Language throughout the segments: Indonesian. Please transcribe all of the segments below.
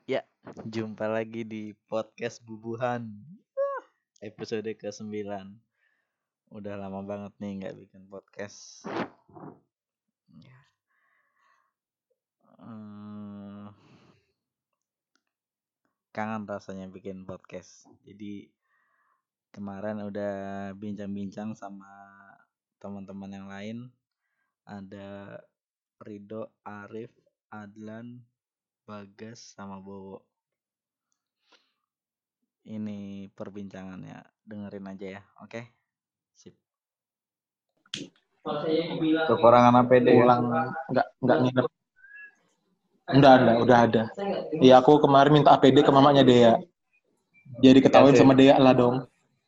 Ya, jumpa lagi di podcast Bubuhan. Episode ke-9. Udah lama banget nih nggak bikin podcast. Hmm, kangen rasanya bikin podcast. Jadi kemarin udah bincang-bincang sama teman-teman yang lain. Ada Rido, Arif, Adlan, Bagas, sama Bowo. Ini perbincangannya, dengerin aja ya, oke? Sip. Kekurangan APD ulang nggak nginep. Udah ada. Iya, aku kemarin minta APD ke mamanya Dea. Jadi ketahuin sama Dea lah dong.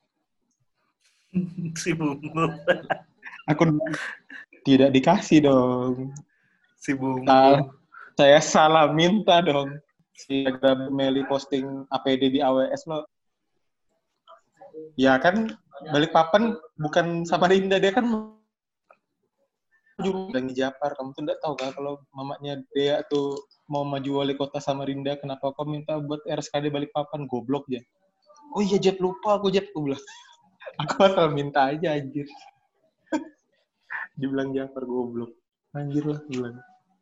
si Bungo. Aku tidak dikasih dong. Si Bungo. Saya salah minta dong. Si Meli posting APD di AWS lo. Ya kan Balikpapan bukan Samarinda, dia kan maju lagi Japar. Kamu tuh nggak tahu kan kalau mamanya Dea tuh mau maju wali kota Samarinda, kenapa kau minta buat RSKD Balikpapan? Goblok ya. Oh iya Jet, lupa aku Jet, aku bilang. Aku asal minta aja anjir. Dibilang Japar goblok. Anjir lah bilang.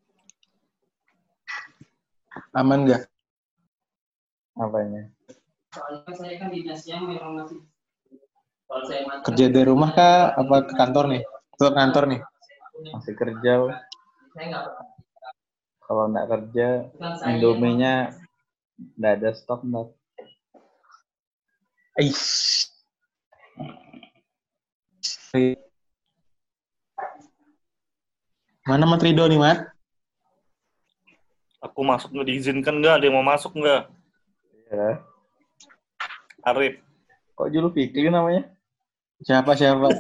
Aman gak? Apanya? Soalnya saya kan dinasnya memang masih Kerja dari rumah kah? Apa ke kantor nih? Tetap kantor nih? Masih kerja. saya nggak Kalau nggak kerja, Indominya nggak ada stok nggak. Aish. Mana Mas Rido nih, Mat? Aku masuk nggak diizinkan nggak? Ada yang mau masuk nggak? Ya. Arif. Kok Julu Fikri namanya? Siapa?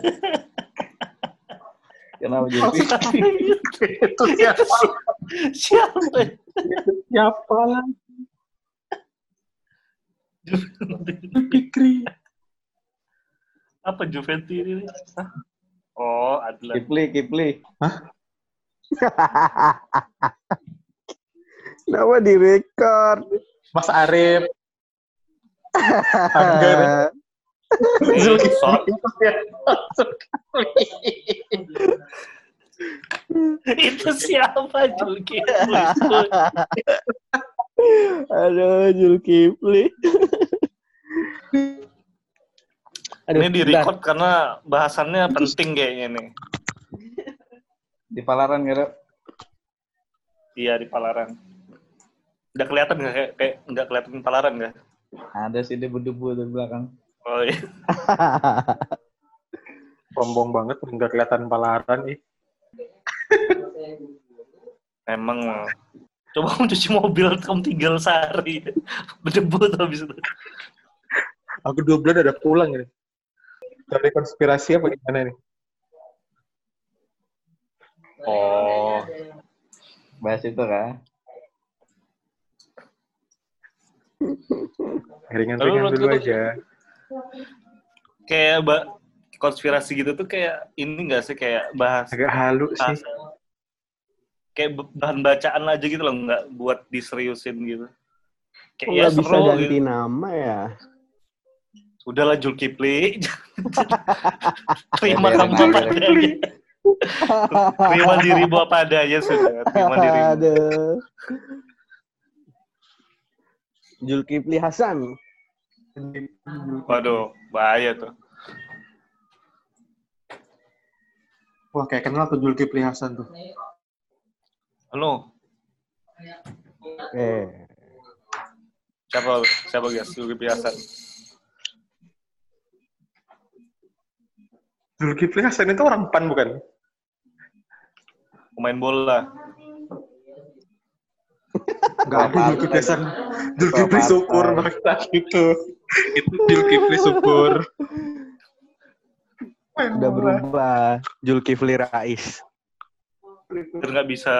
Kenapa Julu Fikri? Itu siapa? Siapa? Siapa lah? Fikri. Apa Juventi ini? Hah? Oh, Adlan. Kipli. Kenapa direkod? Mas Arif. Short. Itu siapa Julki? Aduh, Zulkifli. Ini di-record karena bahasannya penting kayaknya nih. Di Palaran nggak ada? Iya, di Palaran. Udah kelihatan nggak? Kayak nggak kelihatan Palaran nggak? Ada sih, dia berdebu di belakang. Oh iya. Sombong banget, nggak kelihatan Palaran nih. Emang. Coba kamu cuci mobil, kamu tinggal sehari. Berdebu tuh habis itu. Aku 2 bulan ada pulang ini. Dari konspirasi apa gimana nih? Oh. Bahas itu kan? Ringan-ringan dulu aja. Kayak konspirasi gitu tuh kayak ini nggak sih, kayak bahas Agak halu sih. kayak bahan bacaan aja gitu loh, nggak buat diseriusin gitu. Kayak Nggak bisa seru ganti gitu. nama ya? Udahlah Zulkifli. Terima kamu apa adanya. Terima dirimu apa adanya sudah. Terima dirimu. Aduh. Zulkifli Hasan. Waduh, bahaya tuh. Wah, kayak kenal tuh Zulkifli Hasan tuh. Halo, siapa guys? Zulkifli Hasan. Zulkifli Hasan itu orang PAN bukan? Pemain bola. Nggak ada Zulkifli Hasan. Zulkifli Syukur maksa itu. Itu Zulkifli Syukur. Udah berubah. Zulkifli Rais. Nggak bisa.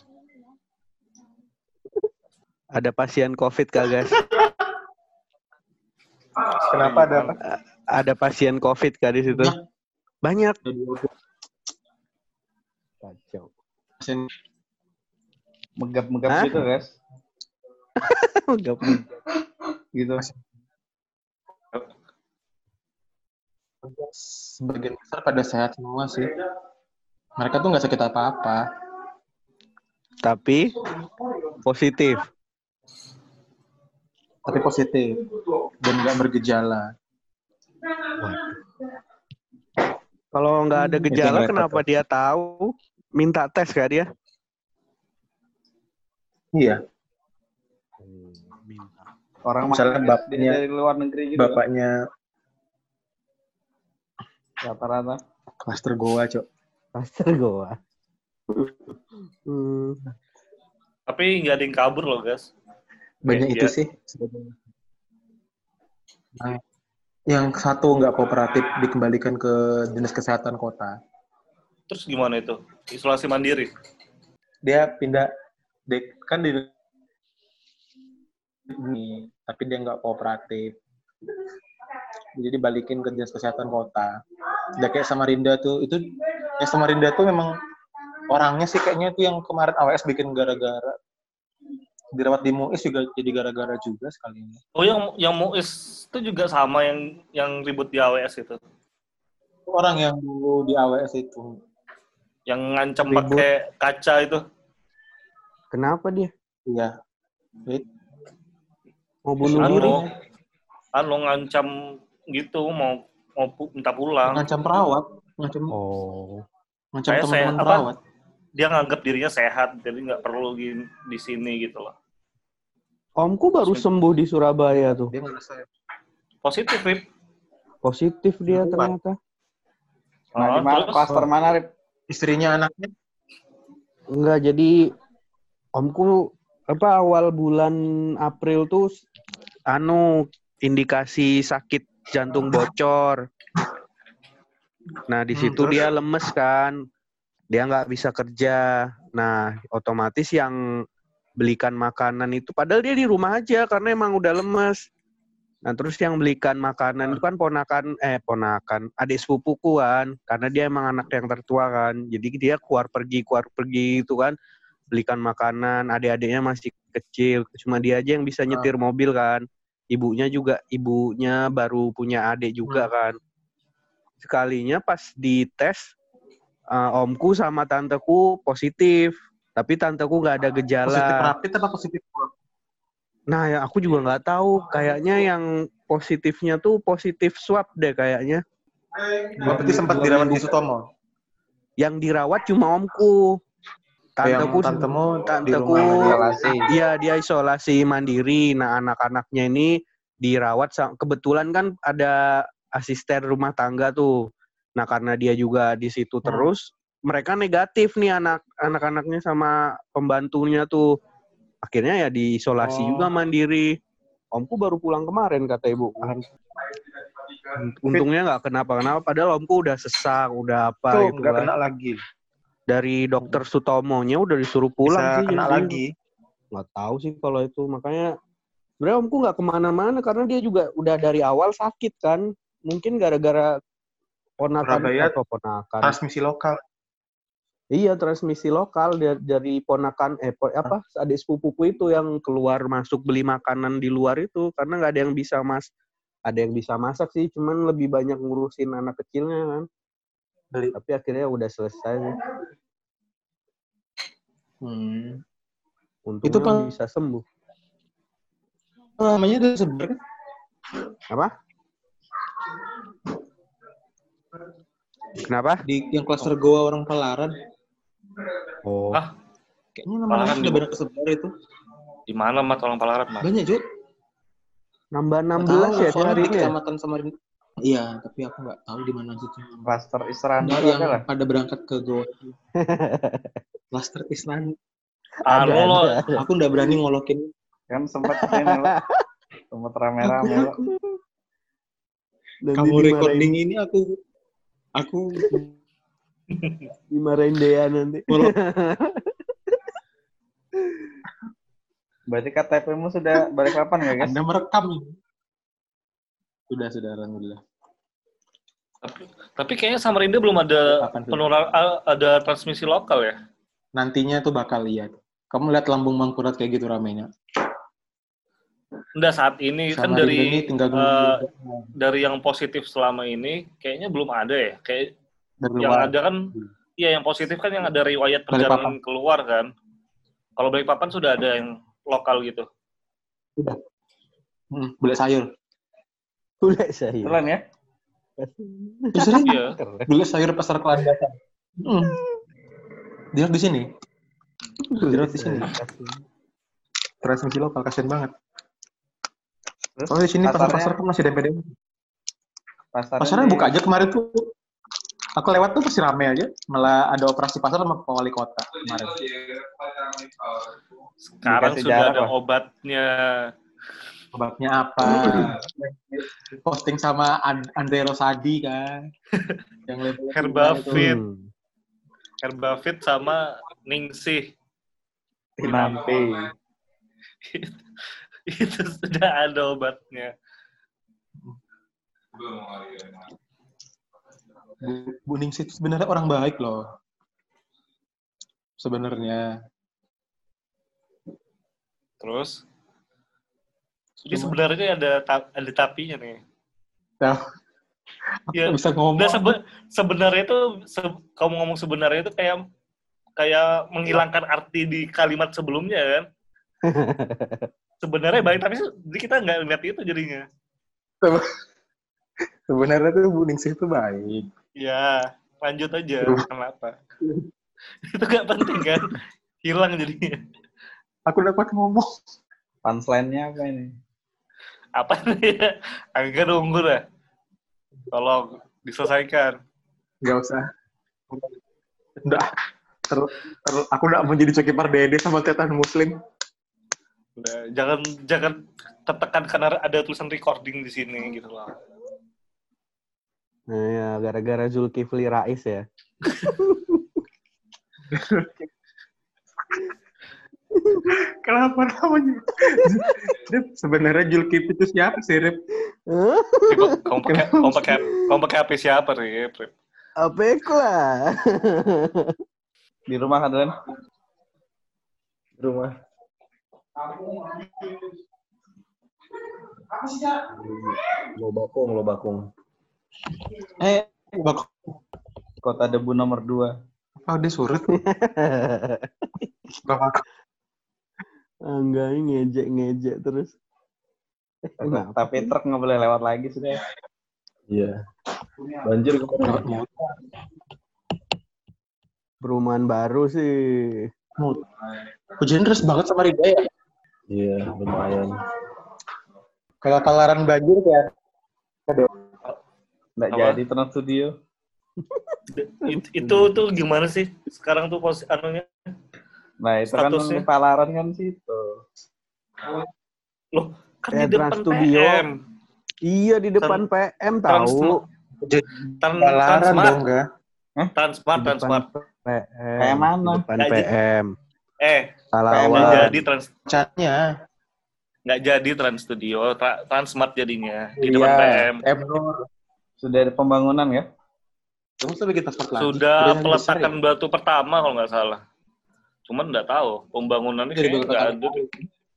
Ada pasien COVID kagak? Kenapa ada apa? Ada pasien COVID kah di situ? Banyak. Kacau. Megap-megap gitu, guys. Nggak punya. gitu. Sebagian besar pada sehat semua sih. Mereka tuh nggak sakit apa-apa. Tapi positif. Tapi positif dan nggak bergejala. Kalau nggak ada Itu yang gejala, repot kenapa tuh. dia tahu? Minta tes kan dia? Iya. Minta. Orang Misalnya bapaknya- dari luar negeri gitu. Bapaknya Rata-rata. klaster goa, Cok. Pastor gua. Tapi nggak ada yang kabur loh, guys. Banyak Iya. itu sih. Nah, yang satu nggak kooperatif dikembalikan ke dinas kesehatan kota. Terus gimana itu? Isolasi mandiri? Dia pindah, kan di tapi dia nggak kooperatif. Jadi balikin ke dinas kesehatan kota. Udah kayak Samarinda tuh, itu yang Samarinda tuh memang orangnya sih kayaknya itu yang kemarin AWS bikin gara-gara. Dirawat di MUIS juga jadi gara-gara juga sekali ini. Oh, yang MUIS itu juga sama yang ribut di AWS itu. Orang yang dulu di AWS itu. Yang ngancam Ribut. pakai kaca itu. Kenapa dia? Iya. Mau bunuh diri? Lo ngancam gitu mau minta pulang. Ngancam perawat, ngancam Oh. Kayak teman-teman apa? perawat. Dia nganggap dirinya sehat, jadi nggak perlu di sini gitu loh. Omku baru sembuh di Surabaya tuh. Dia ngerasa Positif, Rip. Positif dia Kuat. ternyata. Nah, di mana? Terus? Klaster mana, Rip? istrinya, anaknya. Enggak, jadi omku awal bulan April tuh indikasi sakit jantung bocor. Nah, di situ Terus? dia lemes kan. Dia nggak bisa kerja. Nah, otomatis yang belikan makanan itu, padahal dia di rumah aja karena emang udah lemes. Nah, terus yang belikan makanan itu kan ponakan, adik sepupuku kan, karena dia emang anak yang tertua kan. Jadi dia keluar pergi itu kan, belikan makanan, adik-adiknya masih kecil, cuma dia aja yang bisa nyetir mobil kan. Ibunya baru punya adik juga kan. Sekalinya pas dites, omku sama tanteku positif, tapi tanteku nggak ada gejala. Positif rapid apa positif? Nah, ya aku juga nggak tahu. Kayaknya yang positifnya tuh positif swab deh kayaknya. Berarti sempat dirawat di Sutomo. Yang dirawat cuma omku. Tanteku, Tantemu di rumah isolasi. Iya, dia isolasi mandiri. Nah, anak-anaknya ini dirawat. Kebetulan kan ada asisten rumah tangga tuh. Nah, karena dia juga di situ terus, mereka negatif nih anak-anaknya sama pembantunya tuh. Akhirnya ya diisolasi juga mandiri. Omku baru pulang kemarin kata ibu. Untungnya nggak kenapa-kenapa. Padahal omku udah sesak, udah apa Tuh, gitu nggak kan. kena lagi. Dari dokter Sutomo-nya udah disuruh pulang Bisa sih. kena jadi lagi. nggak tahu sih kalau itu. Makanya sebenarnya omku nggak kemana-mana karena dia juga udah dari awal sakit kan. Mungkin gara-gara Surabaya ponakan. Transmisi lokal. Iya, transmisi lokal dari ponakan adik sepupuku itu yang keluar masuk beli makanan di luar itu karena nggak ada yang bisa ada yang bisa masak sih, cuman lebih banyak ngurusin anak kecilnya kan. Tapi akhirnya udah selesai sih. Untungnya Itu bisa sembuh. Namanya udah sebar kan? Apa? Kenapa? Di yang klaster goa orang Palaran. Oh. Kayaknya namanya udah banyak kesebar itu. Di mana mat orang Palaran, Mat? Banyak, Jod. Nambah 16 ya soalnya hari di ini. Kecamatan Samarinda. Iya, tapi aku nggak tahu di mana situ. Klaster Isran Nggak itu yang adalah. pada berangkat ke goa. Klaster Islam. Ada. Aku nggak berani ngolokin. Kan sempat ini lo. Sempat rame-rame lo. Nanti Kamu dimarahin- recording ini aku dimarahin Dea nanti. Berarti KTP-mu sudah balik kapan nggak, guys? Anda merekam ini. Sudah, alhamdulillah. Tapi kayaknya Samarinda belum ada Kapan tuh? ada transmisi lokal ya. Nantinya tuh bakal lihat. Kamu lihat Lambung Mangkurat kayak gitu ramenya. Enggak, saat ini kan Samarinda ini dari tinggal nunggu dari yang positif selama ini kayaknya belum ada ya. Kayak dari yang luar. ada kan, iya yang positif kan yang ada riwayat perjalanan keluar kan. Kalau Balikpapan sudah ada yang lokal gitu. Udah. Beli sayur. Boleh saya. Keren ya? Serius? Iya. Beli sayur pasar Kelandasan. Dia di sini. Dia di sini. Transmisi lokal, kasian banget. Terus Oh di sini pasarnya- pasar-pasar kan masih dempet-dempet. Pasarnya di- buka aja kemarin tuh. Aku lewat tuh masih rame aja. Malah ada operasi pasar sama Pak Wali Kota kemarin. Sekarang Dikasih sudah jarak ada lah. obatnya. Obatnya apa? Posting sama Andre Rosadi kan. Yang labelnya Herbafit. Herbafit sama Ningsih. Pinampi. Itu sudah ada obatnya. Bu Ningsih itu sebenarnya orang baik loh. Sebenarnya. Terus ini sebenarnya ada tapinya nih. Nah, Ya, bisa ngomong. sebenarnya itu kamu ngomong sebenarnya itu kayak menghilangkan arti di kalimat sebelumnya kan. Sebenarnya baik tapi kita nggak lihat itu jadinya. Sebenarnya tuh Bu Ningsih itu baik. Ya, lanjut aja. Kenapa? Itu nggak penting kan? Hilang jadinya. Aku dapat ngomong. Punchline-nya apa ini? Apa nih ya? Agak nunggu dah. Tolong diselesaikan. Nggak usah. Udah. Aku udah mau jadi Coki Pardede sama Tetan Muslim. Udah, jangan tertekan karena ada tulisan recording di sini gitu loh. Nah, ya, gara-gara Zulkifli Rais ya. Kenapa namanya? Rip, sebenarnya Zulkifli itu siapa sih, Rip? Kamu pakai HP siapa, Rip? Apek lah. Di rumah kan, Ren? Di rumah. Lo bakung. Kota debu nomor 2. Oh, dia surut. Enggak, ngejek terus. Tapi truk nggak boleh lewat lagi sudah. Iya. Banjir kemarin. Perumahan baru sih. Hujan deras banget sama Rida ya. Iya, lumayan. Kalau kelaran banjir kayak Nggak Apa? jadi Trans Studio. Itu tuh gimana sih? Sekarang tuh anunya Nah itu Statusnya? kan Palaran kan situ. loh kan Ya, di depan Trans Studio. PM. Iya di depan PM tahu. kelaran dong, enggak? Transmart. PM. Kayak mana? Di depan Nggak jadi. PM. Nggak Salawan. jadi Catnya. nggak jadi Trans Studio, Transmart jadinya di Iya. depan PM. Nur. Sudah ada pembangunan ya? Kamu sudah bikin transport lagi. Sudah Udah peletakan besar ya? batu pertama kalau nggak salah. Cuman nggak tahu pembangunannya Jadi kayaknya nggak peletakan. ada. deh.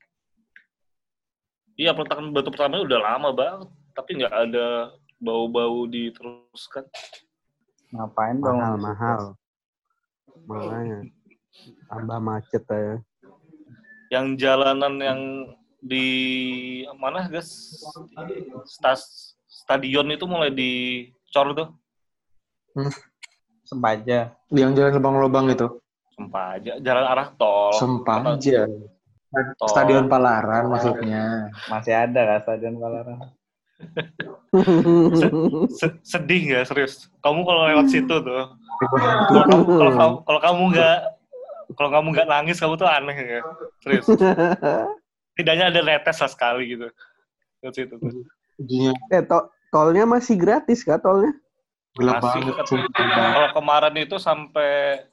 Iya peletakan batu pertamanya udah lama banget, tapi nggak ada bau-bau diteruskan. Ngapain dong? Mahal. Makanya. Tambah macet ya. Yang jalanan yang di mana guys? Stadion itu mulai dicor tuh. Sempaja. Yang jalan lubang-lubang itu. Sempaja, jalan arah tol. Sempaja. Tol. Stadion Palaran maksudnya. Masih ada kan Stadion Palaran? Sedih nggak serius? Kamu kalau lewat situ tuh, kalau kamu nggak nangis kamu tuh aneh ya, serius. Tidaknya ada netes lah sekali gitu. Lewat situ tuh. Ujinya Tolnya masih gratis kah tolnya? gelap Masih banget. dekat. Kalau kemarin itu sampai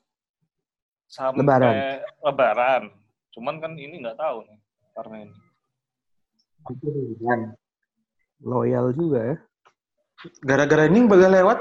Lebaran. Cuman kan ini nggak tahu nih karena ini. Loyal juga ya. Gara-gara ini boleh lewat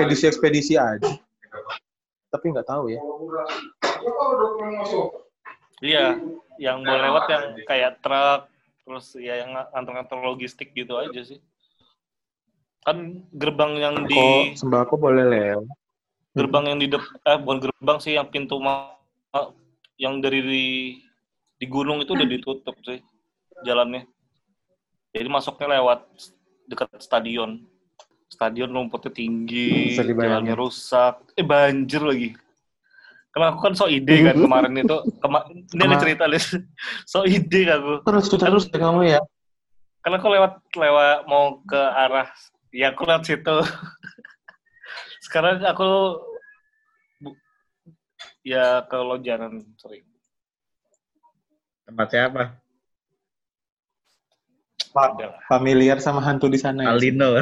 ekspedisi aja. Tapi nggak tahu ya. Iya, yang boleh lewat yang kayak truk, terus ya yang antar-antar logistik gitu aja sih. Kan gerbang yang di Sembako boleh lewat. gerbang yang di bukan gerbang sih, yang pintu yang dari di gunung itu udah ditutup sih jalannya. Jadi masuknya lewat dekat stadion. Stadion rumputnya tinggi, Bisa dibayangin. jalannya rusak, banjir lagi. Karena aku kan so ide kan kemarin itu, ini ada cerita nih, so ide aku. Terus ya kamu ya. Karena aku lewat mau ke arah, ya aku lewat situ. Sekarang aku ya ke Lonjaran sering. Tempat siapa? Familiar sama hantu di sana ya. Aldino.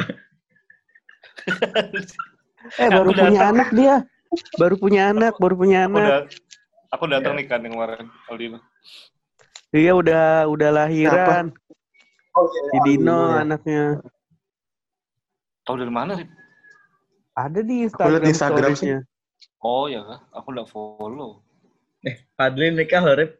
Baru punya anak dia. Baru punya anak. Aku datang nih kan yang kemarin, Aldino. Iya udah lahiran. Si Dino anaknya. Tahu dari mana sih? Ada di Aku lihat di Instagram Stories-nya. Oh ya, aku nggak follow. Fadli nikah loh, Rip.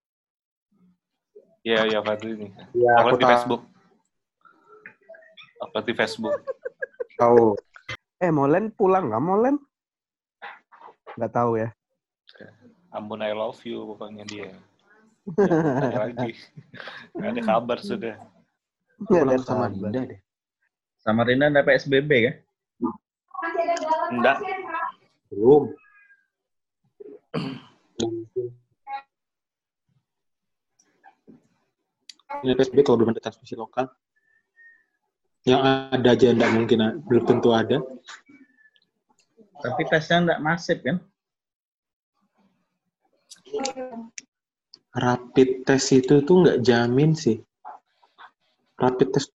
Iya Fadli nih. Ya, Aku aku di Facebook. Upload di Facebook. tahu. Molen pulang nggak Molen? Nggak tahu ya. Ambon I love you pokoknya dia. Tanya lagi. Nggak ada kabar sudah. Nggak ada Sama kabar. Dinda deh. Samarinda ada PSBB kan? Enggak. Belum. Ini PSBB kalau belum ada transmisi lokal. Yang ada aja enggak mungkin, belum tentu ada. Tapi tesnya nggak masif kan? Rapid test itu tuh nggak jamin sih. Rapid test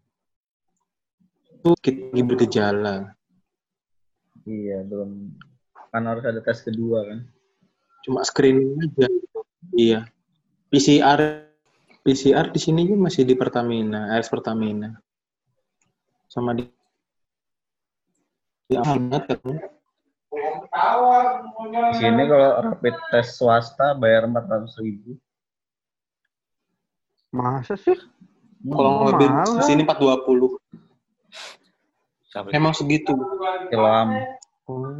itu kita bergejala. Iya, belum. Kan harus ada tes kedua kan? Cuma screening aja. Iya. PCR di sini masih di Pertamina, AS Pertamina. Sama di hangat kan. Di sini kalau rapid test swasta bayar 400.000. Masa sih? Kalau mahal lebih lah. di sini 420. Siapa itu? Memang segitu. Kiloam. Oh.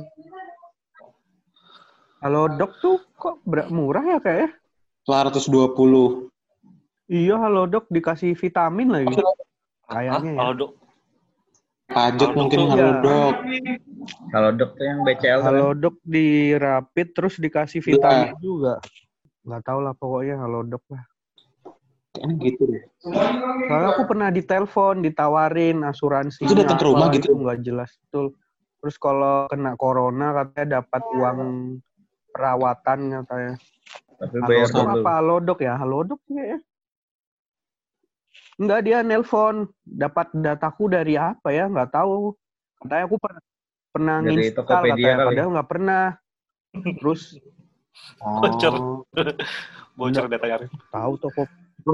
Kalau dok tuh kok murah ya kayaknya? 420. Iya, Halodoc dikasih vitamin lagi. Kayaknya ya. Halodoc. Pajak Halodoc mungkin tuh- Halodoc. Kalau dok tuh yang BCL tuh kan? Halodoc di rapid terus dikasih vitamin juga. Nggak tahu lah pokoknya Halodoc lah. Kayaknya gitu deh. Soalnya aku pernah ditelepon, ditawarin asuransinya. Itu datang ke rumah apa, gitu? itu nggak jelas betul. Terus kalau kena corona katanya dapat uang perawatan katanya. Tapi bayar Halodoc dulu. apa Halodoc ya? Halodoc ya? Enggak, dia nelpon. Dapat dataku dari apa ya? Nggak tahu. Katanya aku pernah Dari nginstal Tokopedia katanya. kali. Padahal nggak pernah. Terus Bocor. Bocor datanya. tahu toko.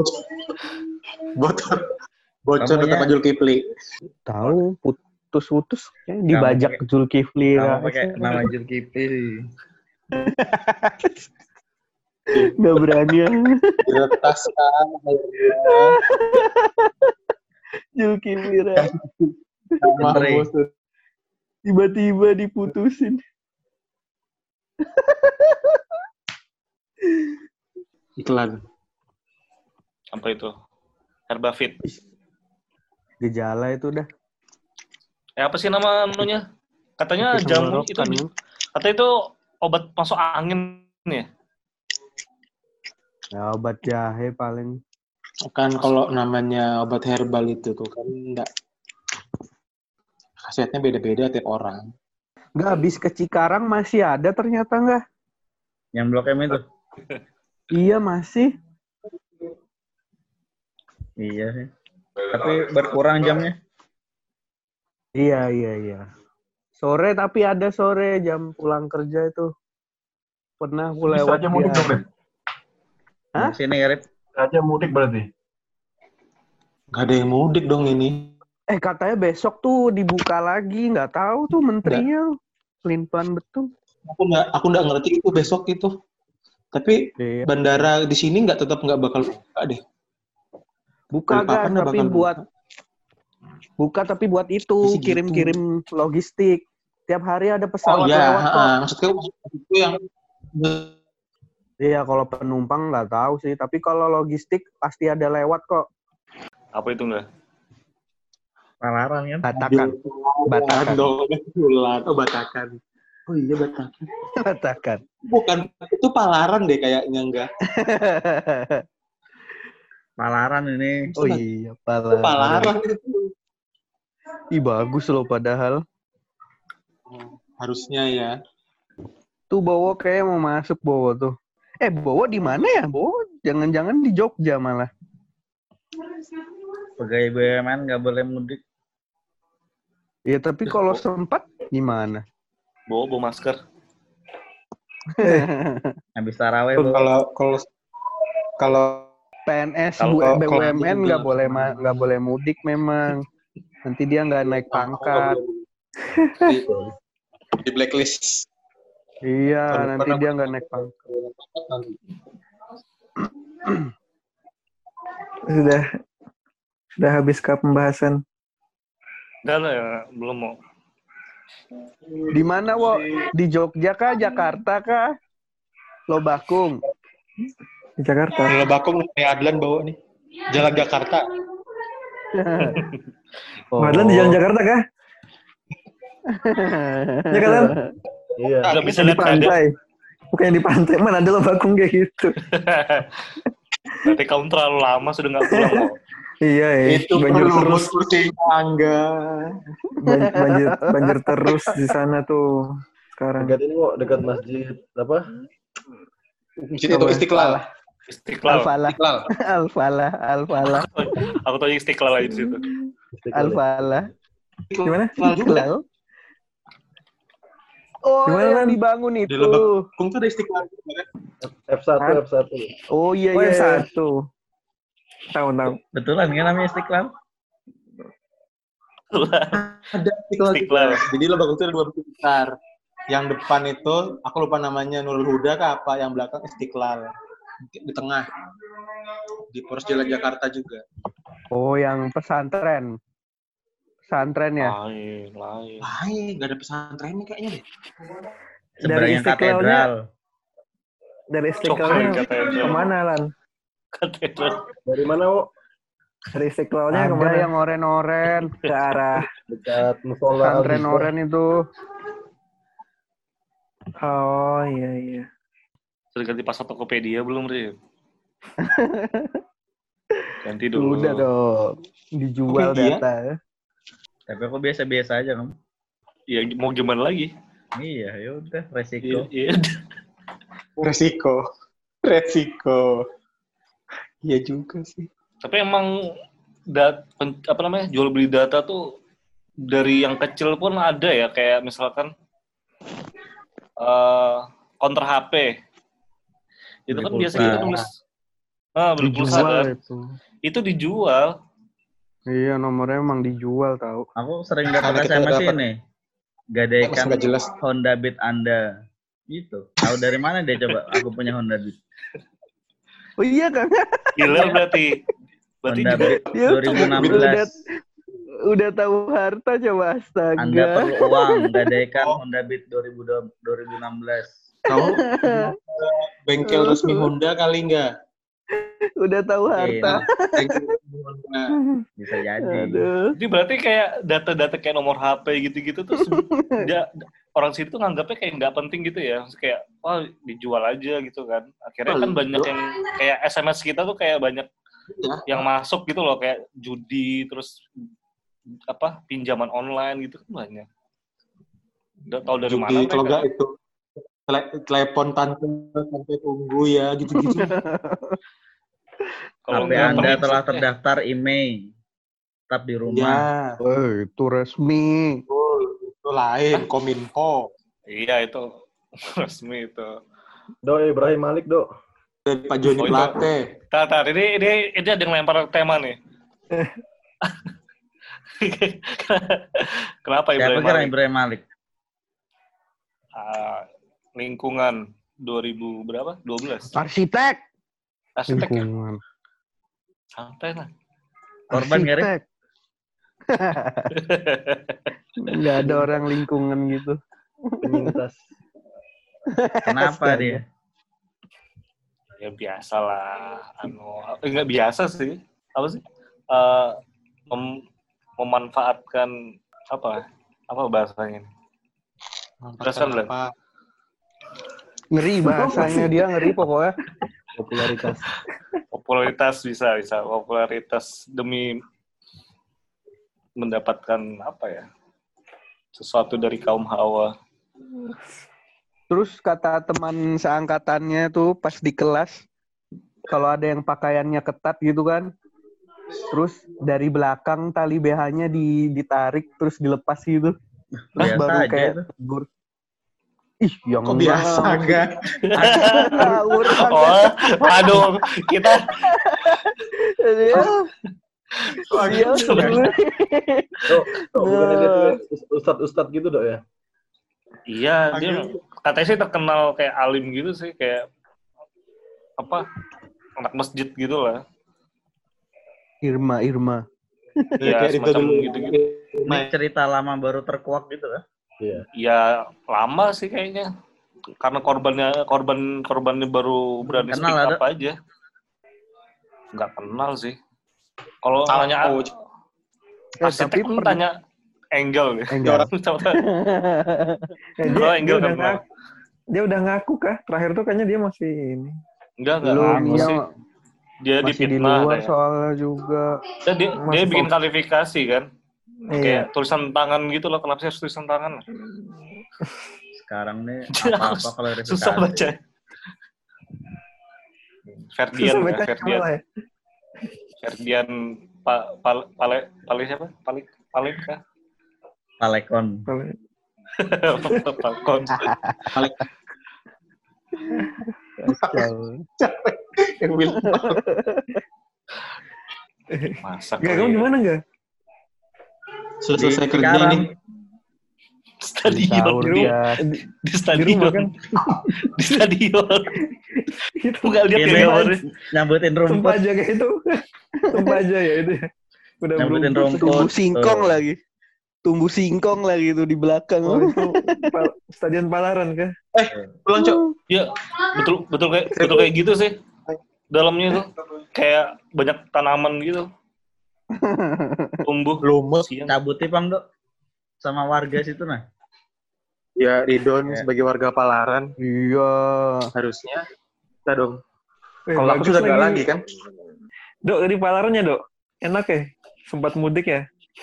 Bocor Kamu data ya- Pak Zulkifli. Tahu putus-putus kayak dibajak pakai- Zulkifli. Kamu pakai nama Zulkifli. Nggak berani ya. Diretas kan. Zulkifli. Andre. Tiba-tiba diputusin. Iklan. Apa itu? Herbafit. Gejala itu udah. Apa sih nama anunya? Katanya jamu itu Tenggorokan, kan? katanya itu obat masuk angin ya. Ya, obat jahe paling. Kan kalau namanya obat herbal itu tuh kan enggak, khasiatnya beda-beda tiap orang. Nggak, habis ke Cikarang masih ada ternyata nggak? Yang Blok M itu. Iya masih. Iya sih. Tapi berkurang jamnya. Iya. Sore tapi ada sore jam pulang kerja itu. Pernah aku Bisa lewat aja mudik dong, Rip. Hah? Sini ya, Rip. Bisa aja mudik berarti. Gak ada yang mudik dong ini. Katanya besok tuh dibuka lagi, nggak tahu tuh menterinya. Pelin-pelan betul. Aku nggak ngerti itu besok itu. Tapi Iya. bandara di sini tetap nggak bakal buka deh. Buka gas, Balikpapan nggak tapi bakal buat buka tapi buat itu Masih gitu. kirim-kirim logistik. Tiap hari ada Oh pesawat iya, lewat kok. maksudnya itu yang Iya, kalau penumpang nggak tahu sih, tapi kalau logistik pasti ada lewat kok. Apa itu enggak? Palaran kan? Batakan. Batakan. Oh, Batakan. Oh iya, Batakan. Batakan. Bukan, itu Palaran deh kayaknya enggak. Palaran ini. Oh iya, Itu Palaran. Palaran itu. Ih, bagus loh padahal. Harusnya ya. Tuh Bowo kayak mau masuk Bowo tuh. Bowo di mana ya? Bowo jangan-jangan di Jogja malah. Pegawai BUMN nggak boleh mudik. Ya tapi kalau sempat gimana? Bawa masker. Habis taraweh. Kalau PNS Kalau- BUMN nggak boleh mudik memang. Nanti dia nggak naik pangkat. di blacklist. Iya, Kalau nanti pernah- dia nggak naik pangkat. Sudah habis ke pembahasan. Enggak lah ya, belum mau. Di mana, Wo? Di Jogja kah? Jakarta kah? Lobakung. Di Jakarta. Kalau Bakung nih Adlan bawa nih. Jalan Jakarta. Padahal di Jalan Jakarta kah? Ya kan? Iya. Nggak bisa Di lihat keadaan. pantai. Bukan di pantai, mana ada Lobakung kayak gitu. Berarti kamu terlalu lama sudah nggak pulang kok. Iya, banjir terus. kursi tangga. Banjir terus di sana tuh sekarang. Dekat ini kok, dekat masjid apa? Masjid itu Istiqlal. Istiqlal. Al-Falah. Istiqlal. Al-Falah. Al-Falah. Aku tahu Istiqlal aja di situ. Istiqlal. Al-Falah. Gimana? Istiqlal juga. Istiqlal. Oh, Gimana, yang Lan? dibangun Di itu. Lebakung tuh ada Istiqlal juga kan? F1. Oh iya, Oh, iya. yang satu. Tahu. Betulan kan namanya Istiqlal? Ada Istiqlal. Istiqlal. juga. Jadi Lebakung tuh ada 2 masjid besar. Yang depan itu, aku lupa namanya Nurul Huda kah apa, yang belakang Istiqlal. Di tengah. Di Poros Jalan Jakarta juga. Oh, yang pesantren. Pesantren ya? Lain. Nggak ada pesantrennya kayaknya deh. Sebenarnya Istiqlalnya- katedral. Dari Coba Istiqlalnya katedral. kemana, Lan? Katedral. Dari mana, Wo? Dari Istiqlalnya Ada kemana? yang oren-oren. Ke arah. Dekat musola Pesantren Al-Hijrah. oren itu. Oh, iya. Sudah ganti password Tokopedia belum, Rin? Ganti dulu. Udah dong. Dijual Oke, iya. data. Tapi aku biasa-biasa aja kamu. Ya mau gimana lagi? Iya, ya udah resiko. Iya. Resiko. Iya juga sih. Tapi emang jual beli data tuh dari yang kecil pun ada ya, kayak misalkan counter HP. Itu Beli kan pulsa. biasanya kita nulis beli pulsa Dijual kan. itu. Itu dijual. Iya, nomornya emang dijual tahu. Aku sering dapat Karena kita SMS dapat- ini. Gadaikan nggak jelas. Honda Beat Anda. Gitu. Tahu dari mana dia coba? Aku punya Honda Beat. Oh iya, Kang. Dealer berarti. Berarti Honda juga Beat Dia 2016. udah tahu harta coba, astaga. Anda perlu uang. Gadaikan Honda Beat 2016. Kamu bengkel resmi Honda kali nggak? Udah tahu harta. Bengkel resmi Honda. Bisa jadi. Aduh. jadi berarti kayak data-data kayak nomor HP gitu-gitu tuh orang situ tuh nganggapnya kayak nggak penting gitu ya. Maksudnya kayak dijual aja gitu kan. Akhirnya kan banyak yang kayak SMS kita tuh kayak banyak yang masuk gitu loh, kayak judi terus pinjaman online gitu kan banyak. Udah tahu dari mana Jadi kalau mereka. nggak itu telepon tante tunggu ya gitu-gitu. Kalau HP nggak, Anda tapi- telah terdaftar email. Tetap di rumah. Ya, Itu resmi. itu lain Kominfo Iya itu resmi itu. Do, Ibrahim Malik, Do. dari Pak Joni Oh, itu. Plate. Tar, ini ada yang lempar tema nih. Kenapa Siapa Ibrahim kira Malik? Ibrahim Malik? Lingkungan. 2000 berapa? 12. Arsitek. Arsitek ya? Lingkungan. Santai lah. Korban nggak, Rip? Arsitek. Nggak ada orang lingkungan gitu. Penyintas. Kenapa dia? Ya biasa lah. Nggak biasa sih. Apa sih? Memanfaatkan apa bahasanya? Perasaan belum? Apa? Ngeri bahasanya dia, ngeri pokoknya. Popularitas. Bisa popularitas demi mendapatkan apa ya, sesuatu dari kaum hawa. Terus kata teman seangkatannya tuh pas di kelas, kalau ada yang pakaiannya ketat gitu kan, terus dari belakang tali BH-nya ditarik terus dilepas gitu, terus Biasa baru aja kayak itu. tegur. Ih, yang Kok biasa enggak? Oh, aduh, kita Dia Bukannya dia tuh ustadz gitu dok ya? iya, dia katanya sih terkenal kayak alim gitu sih, kayak apa, anak masjid gitu lah. Irma. Iya, Kayak itu semacam dulu. gitu-gitu. Ini cerita lama baru terkuak gitu kan? Iya. Ya lama sih kayaknya, karena korbannya baru berani Kenal speak ada? up aja. Nggak kenal sih. Kalau Tahu. nanya arsitek tapi pun tanya Engel deh. Engel. Oh, Engel udah kenal. dia udah ngaku kah? Terakhir tuh kayaknya dia masih ini. Enggak belum, ngaku iya, sih. Dia masih di difitnah luar kayak. soalnya juga. Dia Masih bikin fokus. kualifikasi kan. Iya. Kayak tulisan tangan gitu loh. Kenapa sih harus tulisan tangan? Sekarang nih apa-apa kalau Susah baca. Ferdian Susah ya, baca Ferdian. malah ya. Ferdian siapa? Palik kah? Palekon. Falcon. Yang bilang Masak. Gak, kamu gimana gak? sudah selesai kerja Sekarang. ini. Stadion Sahur di dia. di Di stadion rumah kan? di stadion. Itu Enggak lihat Ini kayak nyambutin tumpah rumput. aja kayak itu. Tumpah aja ya itu ya. Udah Nyambutin berumput. rumput. Tumbuh singkong Tuh. lagi. Tumbuh singkong lagi tuh di belakang. Oh, itu Stadion Palaran kah? Pulang, Cok. Iya, betul kayak gitu sih. Dalamnya tuh kayak banyak tanaman gitu. Tumbuh Lumus. siang. Cabuti Bang Dok. Sama warga situ nah. Ya, Ridon Ya. sebagai warga Palaran Iya. harusnya kita dong. Eh, Kalau aku bagus sudah nggak lagi kan? Dok, di Palarannya, Dok. Enak ya? Sempat mudik ya?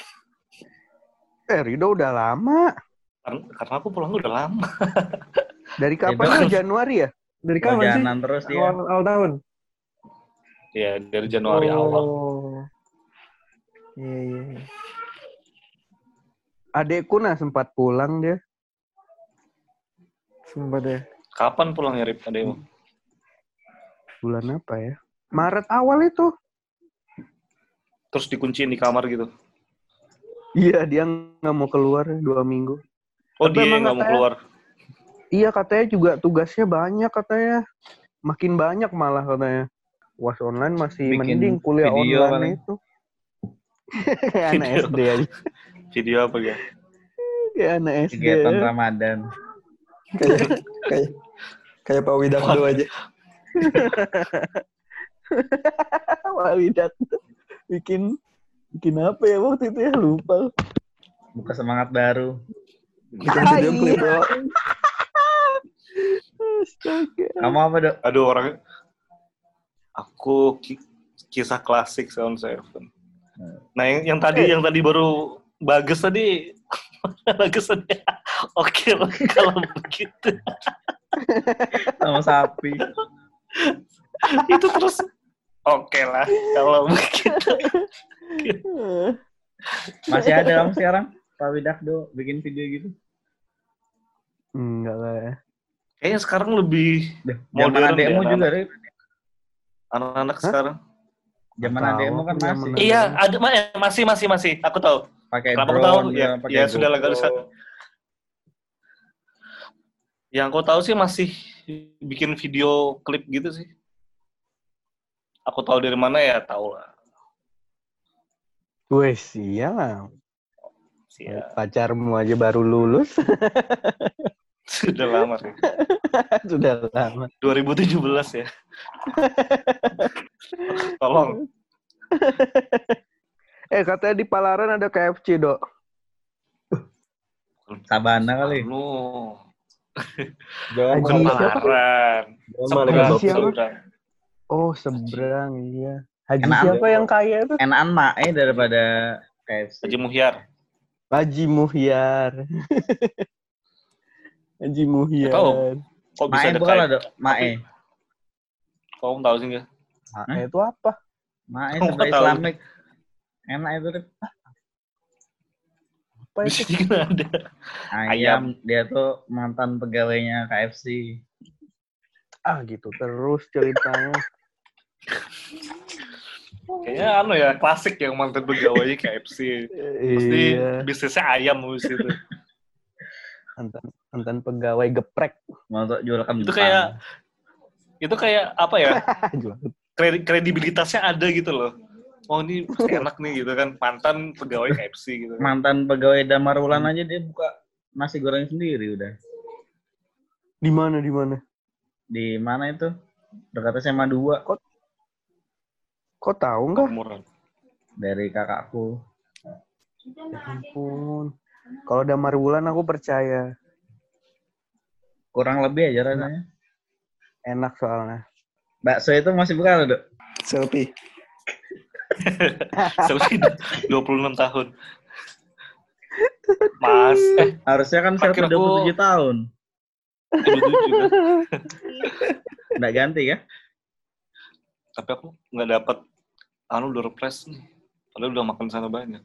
Rido udah lama. Karena aku pulang udah lama. Dari kapan Rido. lo? Januari ya? Dari kapan sih? Jalan terus dia. Awal tahun? Ya, dari Januari awal. Iya. Adekku nah sempat pulang dia. Sempat ya. Kapan pulangnya, Rip? Ademu? Bulan apa ya? Maret awal itu. Terus dikunciin di kamar gitu. Iya, dia nggak mau keluar 2 minggu. Oh, Tapi dia emang nggak mau katanya- keluar. Iya, katanya juga tugasnya banyak katanya. Makin banyak malah katanya. UAS online masih Bikin mending kuliah video online paling. itu. Kayak anak Video. SD aja. Video apa ya? Kayak anak SD. Kegiatan Ramadan. Kayak Pak Widakdo aja. Wah, Widak. Bikin apa ya waktu itu ya? Lupa. Buka semangat baru. Bikin video klip, Dok. Astaga. Kamu apa Dok? Aduh, orang. Aku kisah klasik Sound Seven. Nah, yang tadi baru Bagus tadi. Bagus tadi. Oke lah kalau begitu. Sama sapi. Itu terus. Oke lah kalau begitu. Masih ada kamu sekarang? Pak Widakdo bikin video gitu? Enggak lah ya. Kayaknya sekarang lebih Zaman modern adekmu deh, juga, Rip. anak-anak sekarang. Zaman Tahu, adekmu kan zaman masih. adek. Iya, ada masih. Aku tahu. Pakai Kenapa aku tahu? drone, Ya, pakai ya sudah lah, GoPro. nggak usah. Yang aku tahu sih masih bikin video klip gitu sih. Aku tahu dari mana ya, tahu lah. Wes, iya. Siap. Pacarmu aja baru lulus. Sudah lama sih. Sudah lama. 2017 ya. Tolong. Katanya di Palaran ada KFC, Dok. Sabana kali. Lu. Jangan Bukan Haji siapa? Palaran. Jangan Haji malah siapa? Seberang. Oh, seberang, iya. Haji Enak siapa yang kaya tuh? Enakan Mae daripada KFC. Haji Muhyar. Haji Muhyar. Haji Muhyar. Tahu. Kok bisa Mae ada bukan lah, kayak? Dok. Mae. Kamu tahu sih nggak? Itu apa? Mae Kamu sampai tahu. Islamic. Enak itu, Dok. Apa Di itu? sini kan ada. Ayam. Dia tuh mantan pegawainya KFC. Gitu terus ceritanya. Kayaknya ya klasik yang mantan pegawainya KFC. Pasti Iya. bisnisnya ayam di situ. Mantan pegawai geprek. Mau jual kentang. Itu kayak apa ya? Jual. Kredibilitasnya ada gitu loh. Oh ini enak nih gitu kan, mantan pegawai KFC gitu. Mantan pegawai Damar Wulan aja dia buka nasi goreng sendiri udah. Di mana? Di mana itu? Dekat SMA 2 Kok tahu nggak? Murah. dari kakakku. Ya ampun. Kalau Damar Wulan aku percaya. Kurang lebih aja rasanya. Enak soalnya. Bakso itu masih buka loh, Dok. Selfie. Selfie 26 tahun. Mas, Harusnya kan Terakhir selfie aku- 27 tahun. 27 kan? Nggak ganti ya? Tapi aku nggak dapat door prize nih. Padahal udah makan sana banyak.